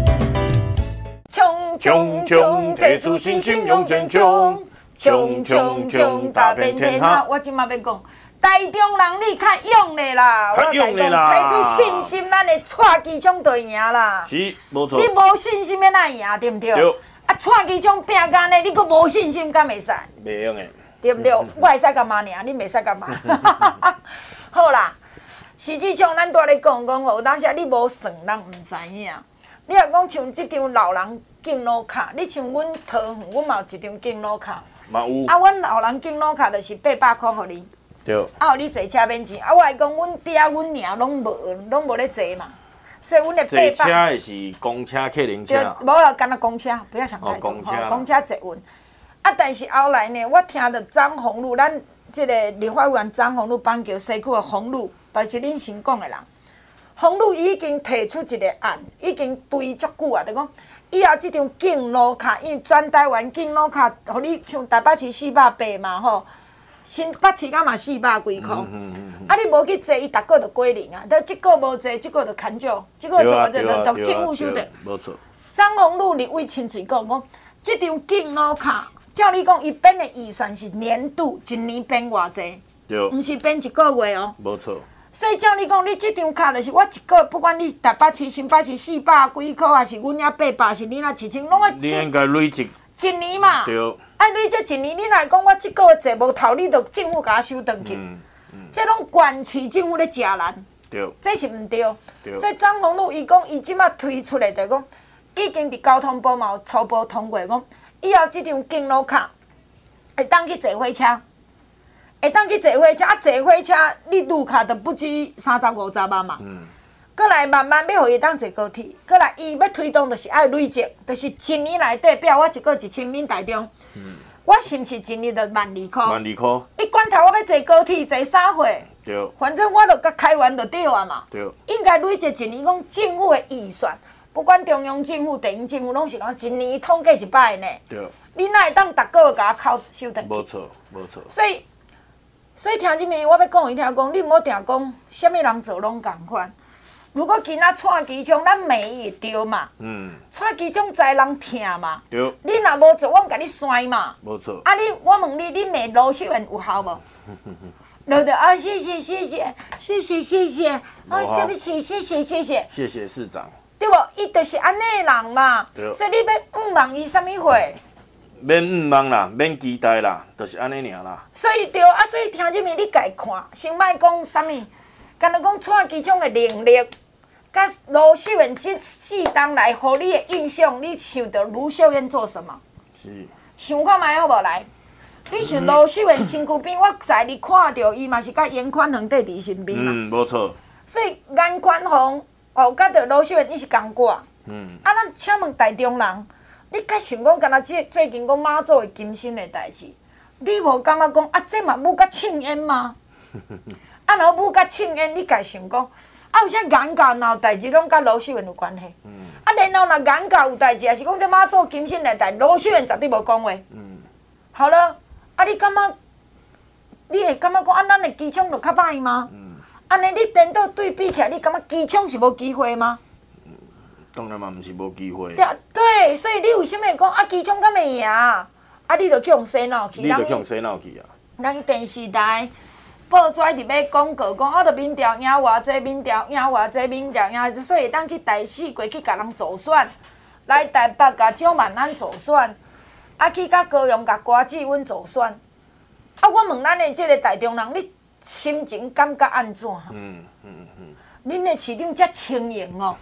冲冲提出信心勇争冲，冲冲冲打遍天下。 我今嘛要讲。台中人你较勇咧啦， 较勇咧啦， 提出信心，咱的蔡其昌就赢啦。 是，无错。 你无信心要哪赢，对不对？ 对。 蔡其昌拼干咧，你阁无信心，敢袂使？ 袂用诶。 对不对？我会使干嘛呢？你袂使干嘛？好啦，实际上咱拄咧讲好，有当时你无算，人毋知影。你若讲像即张老人敬老卡，你像阮桃园，阮嘛有一张敬老卡。 嘛有。 阮老人敬老卡就是800块互你。 对， 互你坐车免钱，我来讲，阮爹阮娘拢无咧坐嘛，所以阮的800。 坐车的是公车、客人车。 对，无啦，干那公车，不要想太多。公车坐稳。但是后来呢，我听到张宏禄，咱即个立法委员张宏禄板桥西区的宏禄，就是恁新港的人。宏禄已经提出一个案，已经堆足久啊，就讲以后即张敬老卡，因为全台湾敬老卡，互你像台北市480嘛吼。新北市敢嘛400几块，你无去坐，伊逐个就过零啊。即个无坐，即个就牵少，即个就政府收的。 无错。 张宏禄立委亲嘴讲， 这张敬老卡，照你讲，伊编的预算是年度一年编偌济， 对， 毋是编一个月哦。 无错。 所以照你讲，你这张卡就是我一个，不管你台北市、新北市400几箍，还是阮遐800，是你那1000，拢你应该累积一年嘛。 对。 啊，累积一年，你来讲我这个月坐无头，你就政府甲我收转去。这拢县市政府咧食咱， 对。 这是毋对。 对。 所以张宏禄伊讲，伊即马推出来就讲，已经伫交通部嘛有初步通过，讲以后这张敬老卡会当去坐火车。会当去坐火车，啊，坐火车你路卡就不止30、50万嘛。过来慢慢要互伊当坐高铁，过来伊要推动就是爱累积，就是一年内底，比如我一个1000，恁台中，我是毋是一年就12000？12000。你管头我要坐高铁，坐啥货？ 对。 反正我就甲开完就对啊嘛。 对。 应该累积一年，讲政府的预算，不管中央政府、地方政府，拢是讲一年统计一摆呢。 对。 你哪会当逐个月甲我扣收转去？ 无错，无错。 所以听即面，我要讲伊听讲，你毋好定讲，啥物人做拢共款。如果今仔蔡其昌，咱骂伊会对嘛？蔡其昌知人疼嘛？ 对。 你若无做，我甲你删嘛。 无错。 啊，我问你，你骂罗秀燕有效无？对对啊，谢谢，啊，对不起，谢谢。 谢谢市长。 对无？伊就是安尼的人嘛。 对。 所以你要问伊啥物货？ 免望啦，免期待啦，就是安尼尔啦。 所以对啊，所以听即面你家看，先莫讲啥物，干那讲蔡其昌的能力，甲卢秀燕这4当来，互你的印象，你想到卢秀燕做什么？ 是。 想看卖好无来？你想卢秀燕身躯边，我在你看到伊嘛是甲严宽恒缀伫身边嘛。 无错。 所以严宽恒哦，甲着卢秀燕伊是共挂。啊，咱请问台中人。你较想讲，敢若最近讲妈祖的金身的代志，你无感觉讲啊？这嘛舞甲庆烟吗？啊，若舞甲庆烟，你家想讲啊？有啥严家闹代志，拢甲卢秀燕有关系？啊，然后若严家有代志，也是讲这妈祖金身的代，卢秀燕绝对无讲话。好了，啊，你感觉你会感觉讲啊？咱的机枪就较歹吗？安尼你颠倒对比起来，你感觉机枪是无机会吗？ 当然嘛，毋是无机会。 对，所以你为什么会讲啊？机枪敢会赢？啊，你就去用洗脑去。 你就去用洗脑去啊！ 人去电视台、报纸伫要广告，讲啊，着民调赢偌济，民调赢偌济，民调赢，所以当去台四过去甲人助选，来台北甲蒋万安助选，啊去甲高雄甲瓜子阮助选。啊，我问咱的即个台中人，你心情感觉安怎？恁的市长遮轻盈哦。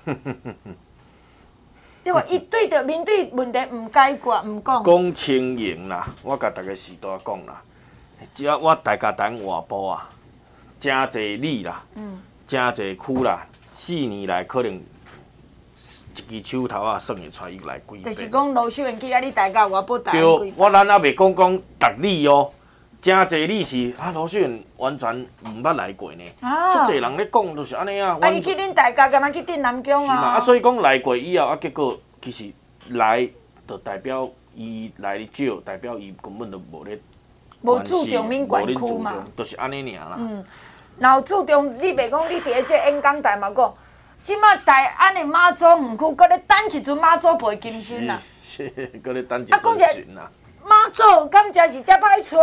对无？伊对着面对问题毋解决，毋讲。 讲轻盈啦，我甲大家时代讲啦，只要我大家等外部啊，真侪里啦，真侪区啦，4年来可能一支手头啊算会出来来几遍。 就是讲卢秀燕去啊，你大家外部大几对，我咱还袂讲逐里哦，真侪里是啊，卢秀燕完全毋捌来过呢。足侪人咧讲就是安尼啊。 啊，伊去恁大家，敢若去镇南宫啊。 是嘛？啊，所以讲来过以后啊，结果其实来就代表伊来的少，代表伊根本就无咧。 无注重恁管区嘛。 就是安尼尔啦。 然后注重，你袂讲你伫咧这演讲台嘛讲，即摆台安的妈祖园区，搁咧等一尊妈祖陪金身啦。 是，搁咧等一尊神啦。 妈祖敢真是遮歹找？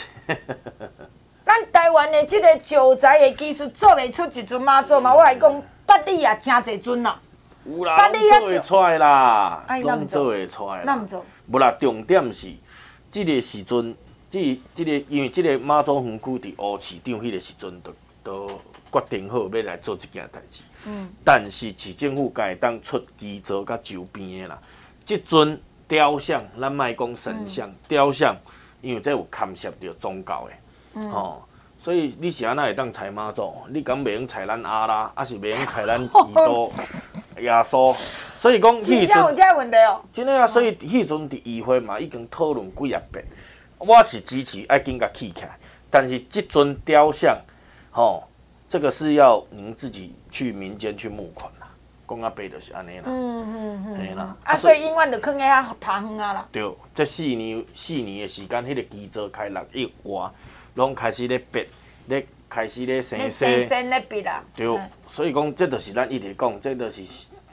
咱台湾的即个石材的技术做袂出一尊妈祖嘛？我来讲，北里也真侪尊啦。 有啦，做会出来啦，拢做会出来啦。 那毋做？ 无啦，重点是即个时阵，即个因为即个妈祖园区伫乌市场迄个时阵，都决定好要来做即件代志。但是市政府敢会当出基座甲周边的啦，即尊雕像，咱莫讲神像，雕像，因为这有牵涉到宗教的，所以你是安那会当采妈祖？你敢袂用采咱阿拉，还是袂用采咱基督、耶稣？所以讲， 真正有这问题哦。 真诶啊，所以迄阵伫议会嘛已经讨论几啊遍。我是支持爱紧甲起起来，但是即尊雕像，这个是要您自己去民间去募款啦。讲啊白就是安尼啦。嘿啦。 啊，所以永远就囥喺遐趴远啊啦。 对，这4年的时间，迄个基座开6亿外，拢开始咧变，咧开始咧生。 生咧变啦。 对，所以讲这就是咱一直讲，这就是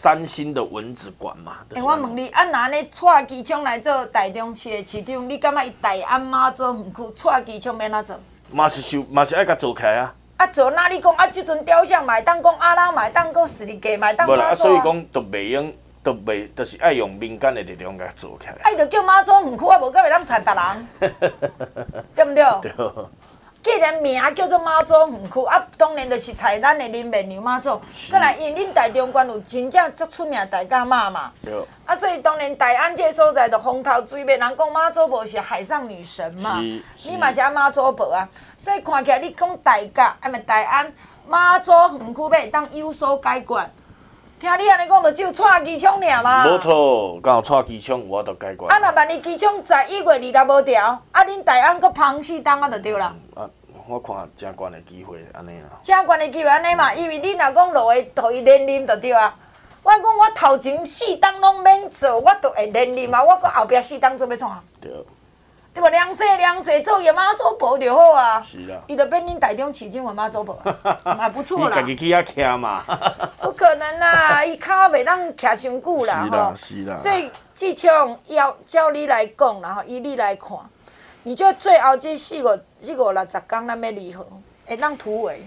3星的蚊子馆嘛。 我问你，啊，那呢蔡基昌来做台中市的市长，你感觉伊大安妈祖园区蔡基昌要哪做？ 嘛是爱甲做起来啊。 啊，做哪你讲啊？即阵雕像嘛会当讲阿拉嘛会当讲实力价嘛会当无啦， 妈祖所以讲都袂用，就是爱用民间的力量甲做起来。 啊，伊就叫妈祖园区啊，无甲袂当踩别人，对不对？ 对。 既然名叫做妈祖园区，啊，当然就是采咱的林美娘妈祖。再来，因为恁台中县有真正足出名的大甲妈嘛。 对。 啊，所以当然大安这所在就风头水面，人讲妈祖婆是海上女神嘛，你嘛是爱妈祖婆啊。所以看起来你讲大甲，啊，咪大安妈祖园区要当有所解决。听你安尼讲，就只有蔡基昌尔嘛。 无错，刚好蔡基昌我都解决。 啊，若万一基昌11月2日无调，啊，恁大安搁芳4档啊，就对啦。 啊，我看真悬的机会安尼啦。 真悬的机会安尼嘛，因为你若讲落去，互伊连任就对啊。我讲我头前4档拢免做，我就会连任嘛。我搁后壁4档做要创啊？ 对。 对无？凉细做伊妈祖婆就好啊。 是啦。 伊就变恁台中市政府妈祖婆，嘛不错啦。 伊家己去遐徛嘛。 不可能啦，伊脚袂当徛伤久啦。 是啦，是啦。 所以志昌要照你来讲，然后以你来看，你觉得最后这4、5、60天咱要如何？会当突围？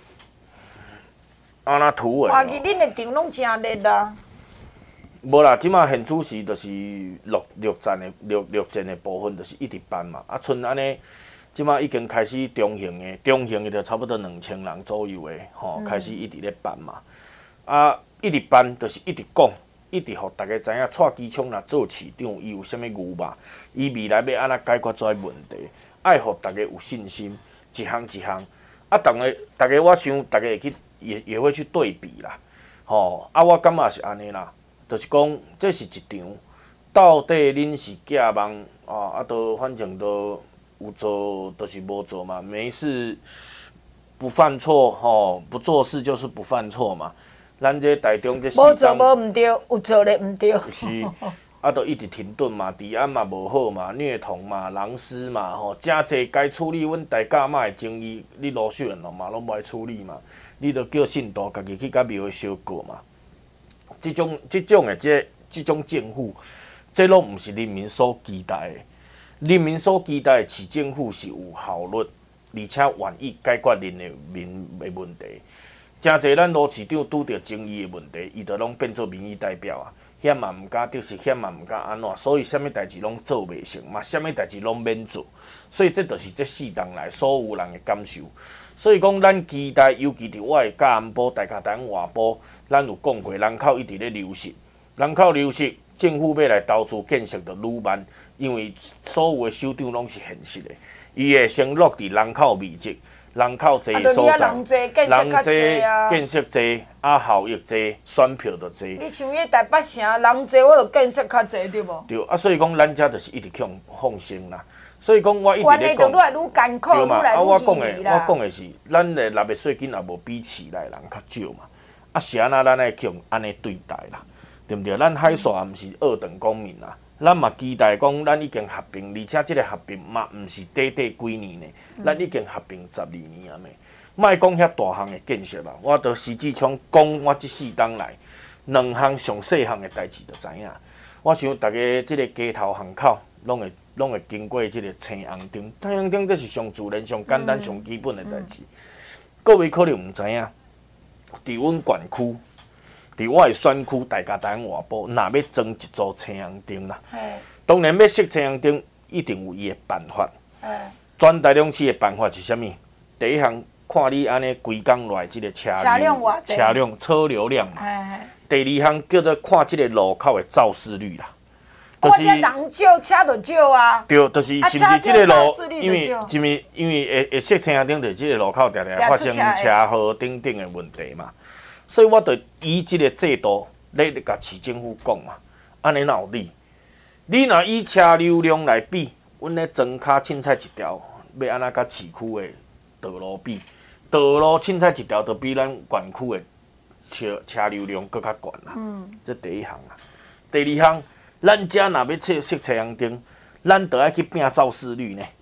安那突围？ 看起恁的场拢真热啦。 无啦，即马现主时就是陆战的部分，就是一直办嘛。啊，剩安尼，即马已经开始中型的就差不多2000人左右的吼，开始一直咧办嘛。啊，一直办就是一直讲，一直互大家知影蔡基昌若做市长，伊有啥物牛肉，伊未来要安怎解决这问题，爱互大家有信心，一项一项。啊，大家我想大家会去也会去对比啦，吼。啊，我感觉是安尼啦。就是讲，这是一场，到底恁是假梦啊？都反正都有做，就是无做嘛。没事不犯错吼，不做事就是不犯错嘛。咱这台中这无做无毋对，有做咧毋对。 是，啊，都一直停顿嘛，治安嘛无好嘛，虐童嘛，狼师嘛，吼，真侪该处理阮大甲妈的争议，你罗秀人嘛拢无爱处理嘛，你着叫信徒家己去甲庙烧过嘛。这种政府，这拢毋是人民所期待的。人民所期待的市政府是有效率，而且愿意解决人的问题。真侪咱罗市长拄着争议的问题，伊就拢变做民意代表啊，遐嘛毋敢得势，遐嘛毋敢安怎，所以啥物代志拢做袂成，嘛啥物代志拢免做。所以这就是这4档来所有人的感受。所以讲，咱期待，尤其伫我的甲安部、大甲湾外部，咱有讲过，人口一直咧流失，人口流失，政府要来投资建设就愈慢，因为所有的首长拢是现实的，伊会先落伫人口密集、人口侪的所在，人侪建设侪，啊效益侪，选票就侪。 你像迄台北城人侪，我就建设较侪，对无？ 对，啊，所以讲咱遮就是一直放生啦。所以讲，我一直咧讲， 对嘛？啊， 我讲的是，咱的纳的税金也无比市内人较少嘛。啊，是安那咱爱去安尼对待啦，对毋对？咱海线也毋是二等公民啦，咱嘛期待讲，咱已经合并，而且即个合并嘛毋是短几年的，咱已经合并12年啊咩？莫讲遐大项的建设啦，我着实际上讲，我即4档来2项上细项的代志就知影。我想大家即个街头巷口拢会经过即个青红灯，太阳灯这是上自然、上简单、上基本的代志。各位可能毋知影，伫阮县区，伫我的选区大甲湾外部，若要装一组青红灯啦，当然要设青红灯，一定有伊的办法。全台中市的办法是啥物？第一项，看你安尼规工来即个车流量嘛。第二项叫做看即个路口的肇事率啦。 就是人少，车就少啊。 对，就是是毋是即个路，因为会设青红灯，就是即个路口常常发生车祸等等的问题嘛。所以我着以即个制度咧甲市政府讲嘛，安尼哪有理？你若以车流量来比，阮咧庄脚凊彩一条，要安怎甲市区的道路比？道路凊彩一条，就比咱县区的车流量搁较悬啦。这第一项啦。第二项。咱遮若要设青红灯，咱着爱去拼肇事率呢。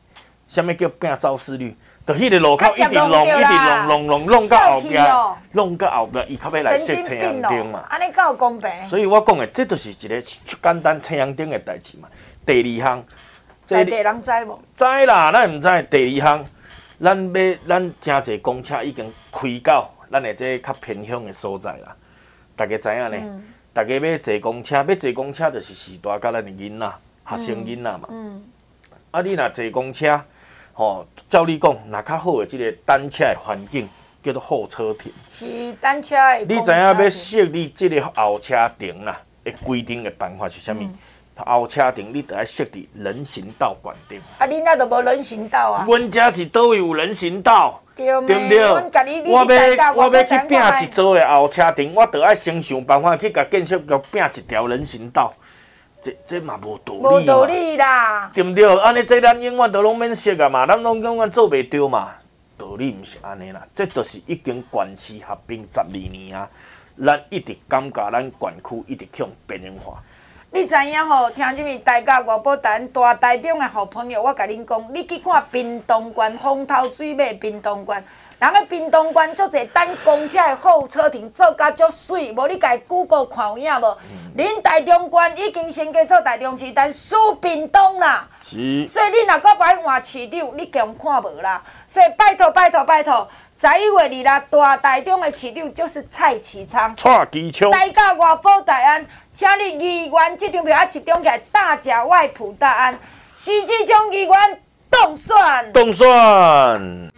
啥物叫拼肇事率？就迄个路口一直弄，一直弄到后壁，弄到后壁，伊较要来设青阳灯嘛。 安尼够公平。 所以我讲的，这就是一个简单青阳灯的代志嘛。第二项， 在地人知无？ 知啦，咱毋知。第二项，咱真侪公车已经开到咱的这较偏乡的所在啦。大家知影呢？大家要坐公车，就是时代甲咱的囡仔、学生囡仔嘛。啊，你若坐公车，照你讲，若较好的即个单车的环境叫做候车亭。 是单车的。 你知影要设立即个后车亭啦？的规定的办法是啥物？后车亭你得要设置人行道管顶。 啊，恁那都无人行道啊？ 阮遮是倒位有人行道？对不对？我要去拼一座的后车亭，我得要先想办法去甲建设局拼一条人行道。这嘛无道理嘛。无道理啦。 对不对？安尼这咱永远都拢免设啊嘛，咱拢永远做袂着嘛。道理毋是安尼啦，这就是已经县市合并12年啊，咱一直感觉咱县区一直向边缘化。 你知影吼？听这物大甲外埔大台中的好朋友，我甲恁讲，你去看屏东县风头水尾屏东县。人个屏东县足侪等公车的候车亭做甲足水，无你家 Google 看有影无？恁台中县已经先加做台中市，但输屏东啦。 是。 所以你若阁摆换市长，你强看无啦。所以拜托，11月2日大台中的市长就是蔡其昌。 蔡其昌。 大甲外埔大安，请你议员这张票集中起来，大甲外埔大安，时机将议员当选。 当选。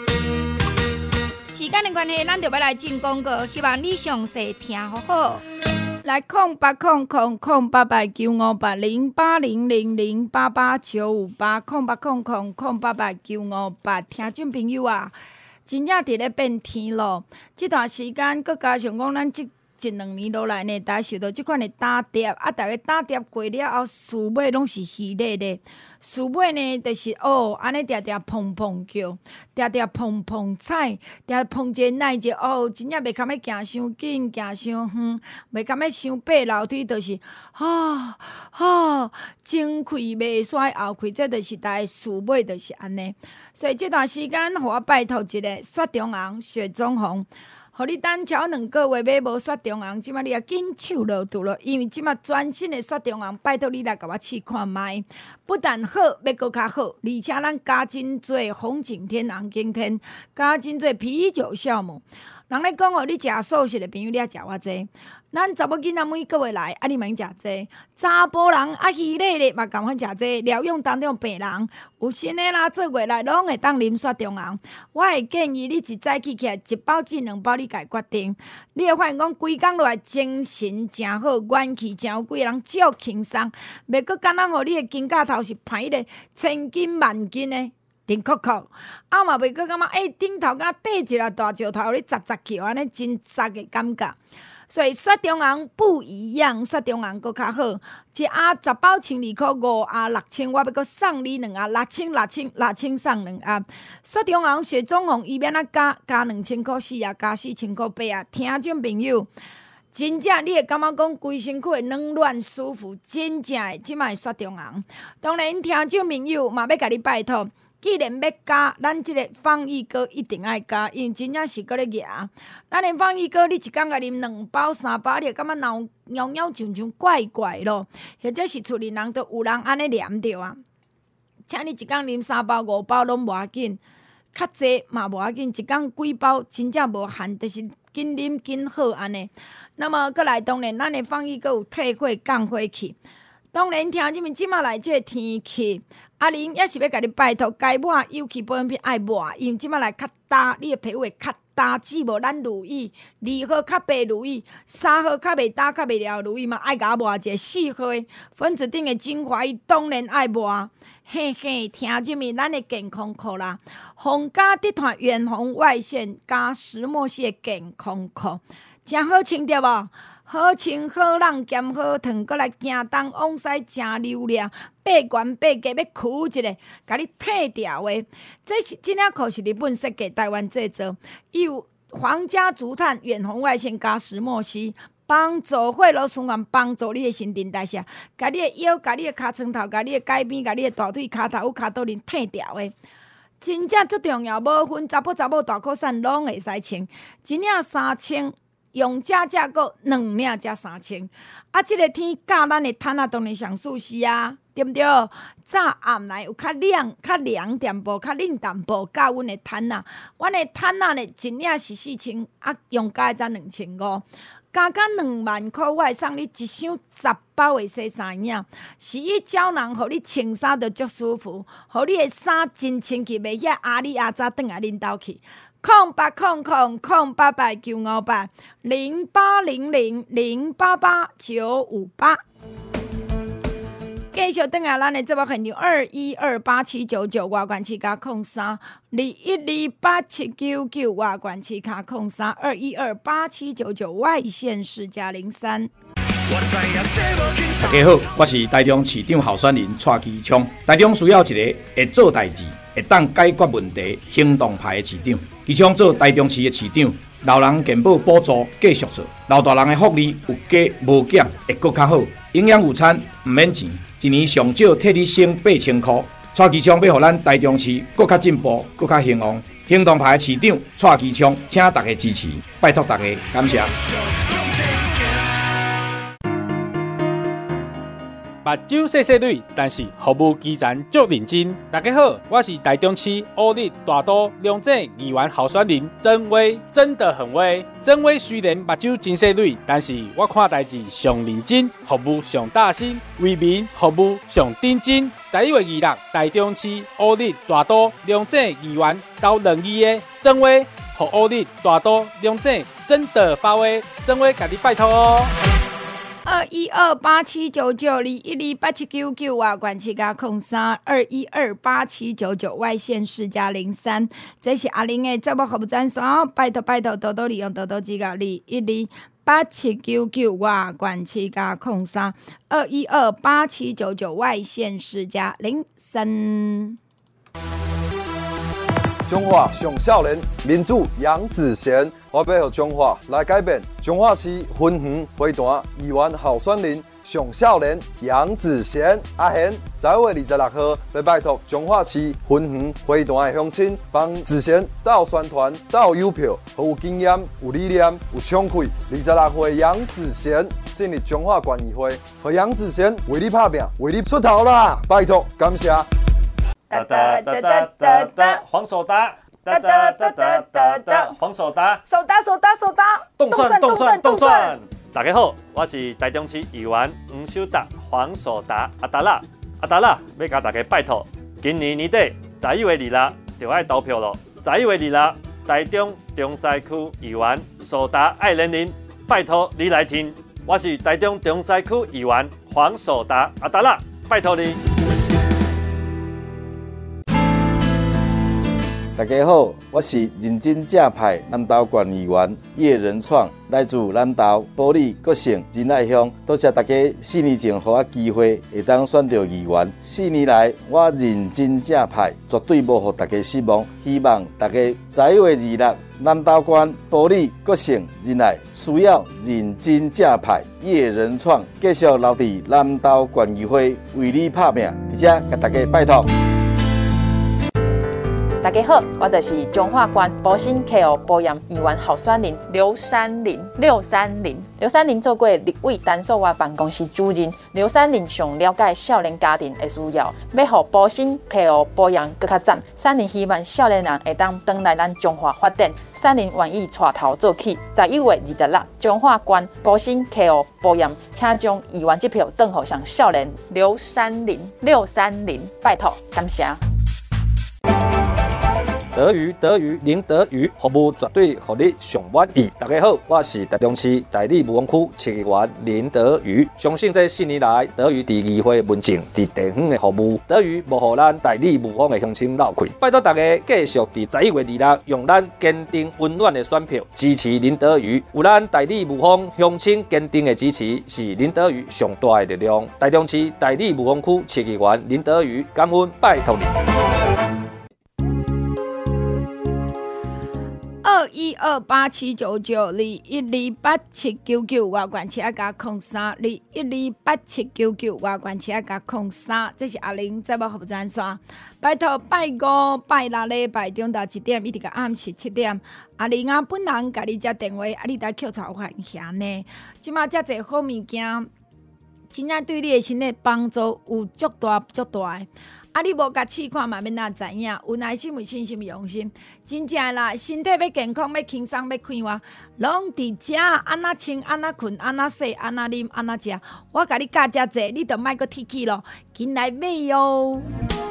时间的关系，咱就要来进广告，希望你详细听好好。来0800-088-958，0800-088-958，0800-088-958，听众朋友啊，真正伫咧变天咯。这段时间，佮加上讲咱一2年落来呢，大家受到即款的打跌，啊，大家打跌过了后，厝尾拢是稀咧咧。厝尾呢，就是安尼定定碰碰叫，定定碰碰踩，定碰一耐一真正袂堪要行伤紧，行伤远，袂堪要伤爬楼梯，就是前开袂甩后开，这就是大家厝尾就是安尼。所以这段时间，互我拜托一个雪中红、雪中红。互你等超2个月买无雪中红，即摆你也紧手落肚咯，因为即摆全新的雪中红，拜托你来甲我试看卖，不但好，要搁较好，而且咱加真侪红景天、红景天，加真侪啤酒酵母。人咧讲你食素食的朋友，你也食偌济。咱查某囡仔每个月来，你嘛用食济；查甫人稀咧咧嘛共款食济。疗养当中病人有新的啦，做月来拢会当啉雪中红。我会建议你一早起来1包至2包，你家决定。你会发现讲规工落来精神真好，元气真有几个人足轻松，袂阁敢若你的肩胛头是歹咧千斤万斤的。顶壳壳，嘛袂阁感觉顶头甲缀一个大石头咧砸叫，安尼真扎的感觉。所以雪中红不一样，雪中红搁较好，一盒10包12块5，盒6000，我要搁送你2盒6000送2盒。雪中红、雪中红，伊免加2000块4啊，加4000块8啊，听众朋友。真正你会感觉讲规身躯会暖暖舒服，真正的即摆雪中红。当然，听众朋友嘛要甲你拜托。既然要加，咱即个放逸膏一定爱加，因为真正是搁咧牙。咱连放逸膏，你一工甲啉2包3包，你会感觉挠像怪怪咯，或者是厝里人都有人安尼念着啊。请你一工啉3包5包拢无要紧，较济嘛无要紧，一工几包真正无限，就是紧啉紧好安尼。那么搁来，当然咱的放逸膏有退火降火气。当然，听即面即马来即个天气。阿玲也是要甲你拜托，该抹尤其保养品爱抹，因为即摆来较干，你的皮肤会较干，只无咱如意2号较白如意，3号较袂干较袂了如意嘛，爱甲我抹一个4号的分子顶的精华液，当然爱抹。嘿嘿，听即面咱的健康课啦，红加地团远红外线加石墨烯的健康课，真好穿着无？好穿好冷兼好烫，搁来行东往西真溜亮，爬悬爬低要哭一个，甲你退掉的。这领裤是日本设计，台湾制造，伊有皇家竹炭远红外线加石墨烯， 帮助血路循环，帮助你的新陈代谢，甲你的腰、甲你的尻川头、甲你的改边、甲你的大腿、骹头、骹肚仁褪掉的。真正足重要，无分查甫查某大裤衫拢会使穿，一领3千，用遮个2领才3千。啊，即个天教咱的毯当然上舒适啊，对毋对？早暗来有较凉点薄、较冷淡薄，教阮的毯阮的毯呢，一领是4千，啊，用加才2500。加2万块，我会送你一箱10包的洗衫影，是以胶囊，互你穿衫就足舒服，互你的衫真清气，袂遐阿里阿早转来恁兜去。0800-088-958，0800-088-958。继续转来咱的节目现场，2128799外管市加03，2128799外管市加03，2128799外县市加03。 大家好，我是台中市长候选人蔡其昌。台中需要一个会做代志、会当解决问题、行动派的市长。其昌做台中市的市长，老人健保补助继续做，老大人的福利有加无减，会搁较好。营养午餐唔免钱，一年上少替你省8000块。蔡其昌要互咱台中市搁较进步、搁较兴旺。行动派的市长蔡其昌，请大家支持，拜托大家，感谢。 目睭细细蕊，但是服务基层足认真。大家好，我是台中市乌日大都两镇议员候选人曾威，真的很威。曾威虽然目睭真细蕊，但是我看代志上认真，服务上大心，为民服务上认真。11月26日，台中市乌日大都两镇议员到2议的曾威，和乌日大都两镇真的发威，曾威，甲你拜托哦。 2128799211879外管市加03，2128799外县市加03。这是阿玲的节目服务专线哦，拜托多多利用，多多指教2128799外管市加03，2128799外县市加03。 中华上少年民主杨子贤，我要让中华来改变。中华市分园花坛议员候选人上少年杨子贤阿贤，11月26号要拜托中华市分园花坛的乡亲，帮子贤到宣传、到邮票，有经验、有理念、有创气。26岁杨子贤进入中华县议会，和杨子贤为你拍拼，为你出头啦！拜托，感谢。 哒哒哒哒哒哒，黄手搭，哒哒哒哒哒哒，黄手搭， 手搭， 动算。大家好，我是台中市议员黄守达，黄手搭阿达拉，要甲大家拜托，今年年底11月26日就要投票咯。11月26日，台中中西区议员手搭爱人林，拜托你来听，我是台中中西区议员黄手搭阿达拉，拜托你。 大家好，我是认真正派南投县议员叶仁创，来自南投埔里国姓仁爱乡。多谢大家4年前给我机会，会当选到议员。4年来，我认真正派，绝对无让大家失望。希望大家11月26日，南投县埔里国姓仁爱需要认真正派叶仁创继续留伫南投县议会为你拍拼，而且甲大家拜托。 大家好，我就是中华县保新 KO 保养议员候选人刘三林。刘三林做过立委单数外办公室主任。刘三林上了解少年家庭的需要，要让保新 KO 保养更较赞。三林希望少年人会当回来咱中华发展。三林愿意带头做起。11月26日，中华县保新 KO 保养，请将议员这票转互上少年刘三林，拜托，感谢。 林德瑜，服务绝对让你上满意。大家好，我是台中市大理武峰区市议员林德瑜。相信这4年来，德瑜伫议会文政、伫地方的服务，德瑜无让咱大理武峰的乡亲落亏。拜托大家继续伫11月26日，用咱坚定温暖的选票支持林德瑜。有咱大理武峰乡亲坚定的支持，是林德瑜上大的力量。台中市大理武峰区市议员林德瑜，感恩拜托你。 212879921287799外管车加0321287799外管车加03，这是阿玲节目服务专线。拜托拜五、拜六礼拜中昼1点一直到暗时7点，阿玲啊本人甲你接电话，啊你来扣槽还遐呢。即马遮侪好物件，真正对你的身体帮助有足大足大的。啊！你无甲试看嘛，免哪知影？有耐心、有信心、用心，真正啦！身体要健康、要轻松、要快活，拢伫遮。安那穿、安那困、安那洗、安那啉、安那食，我甲你教遮济，你着莫阁铁去咯，紧来买哟！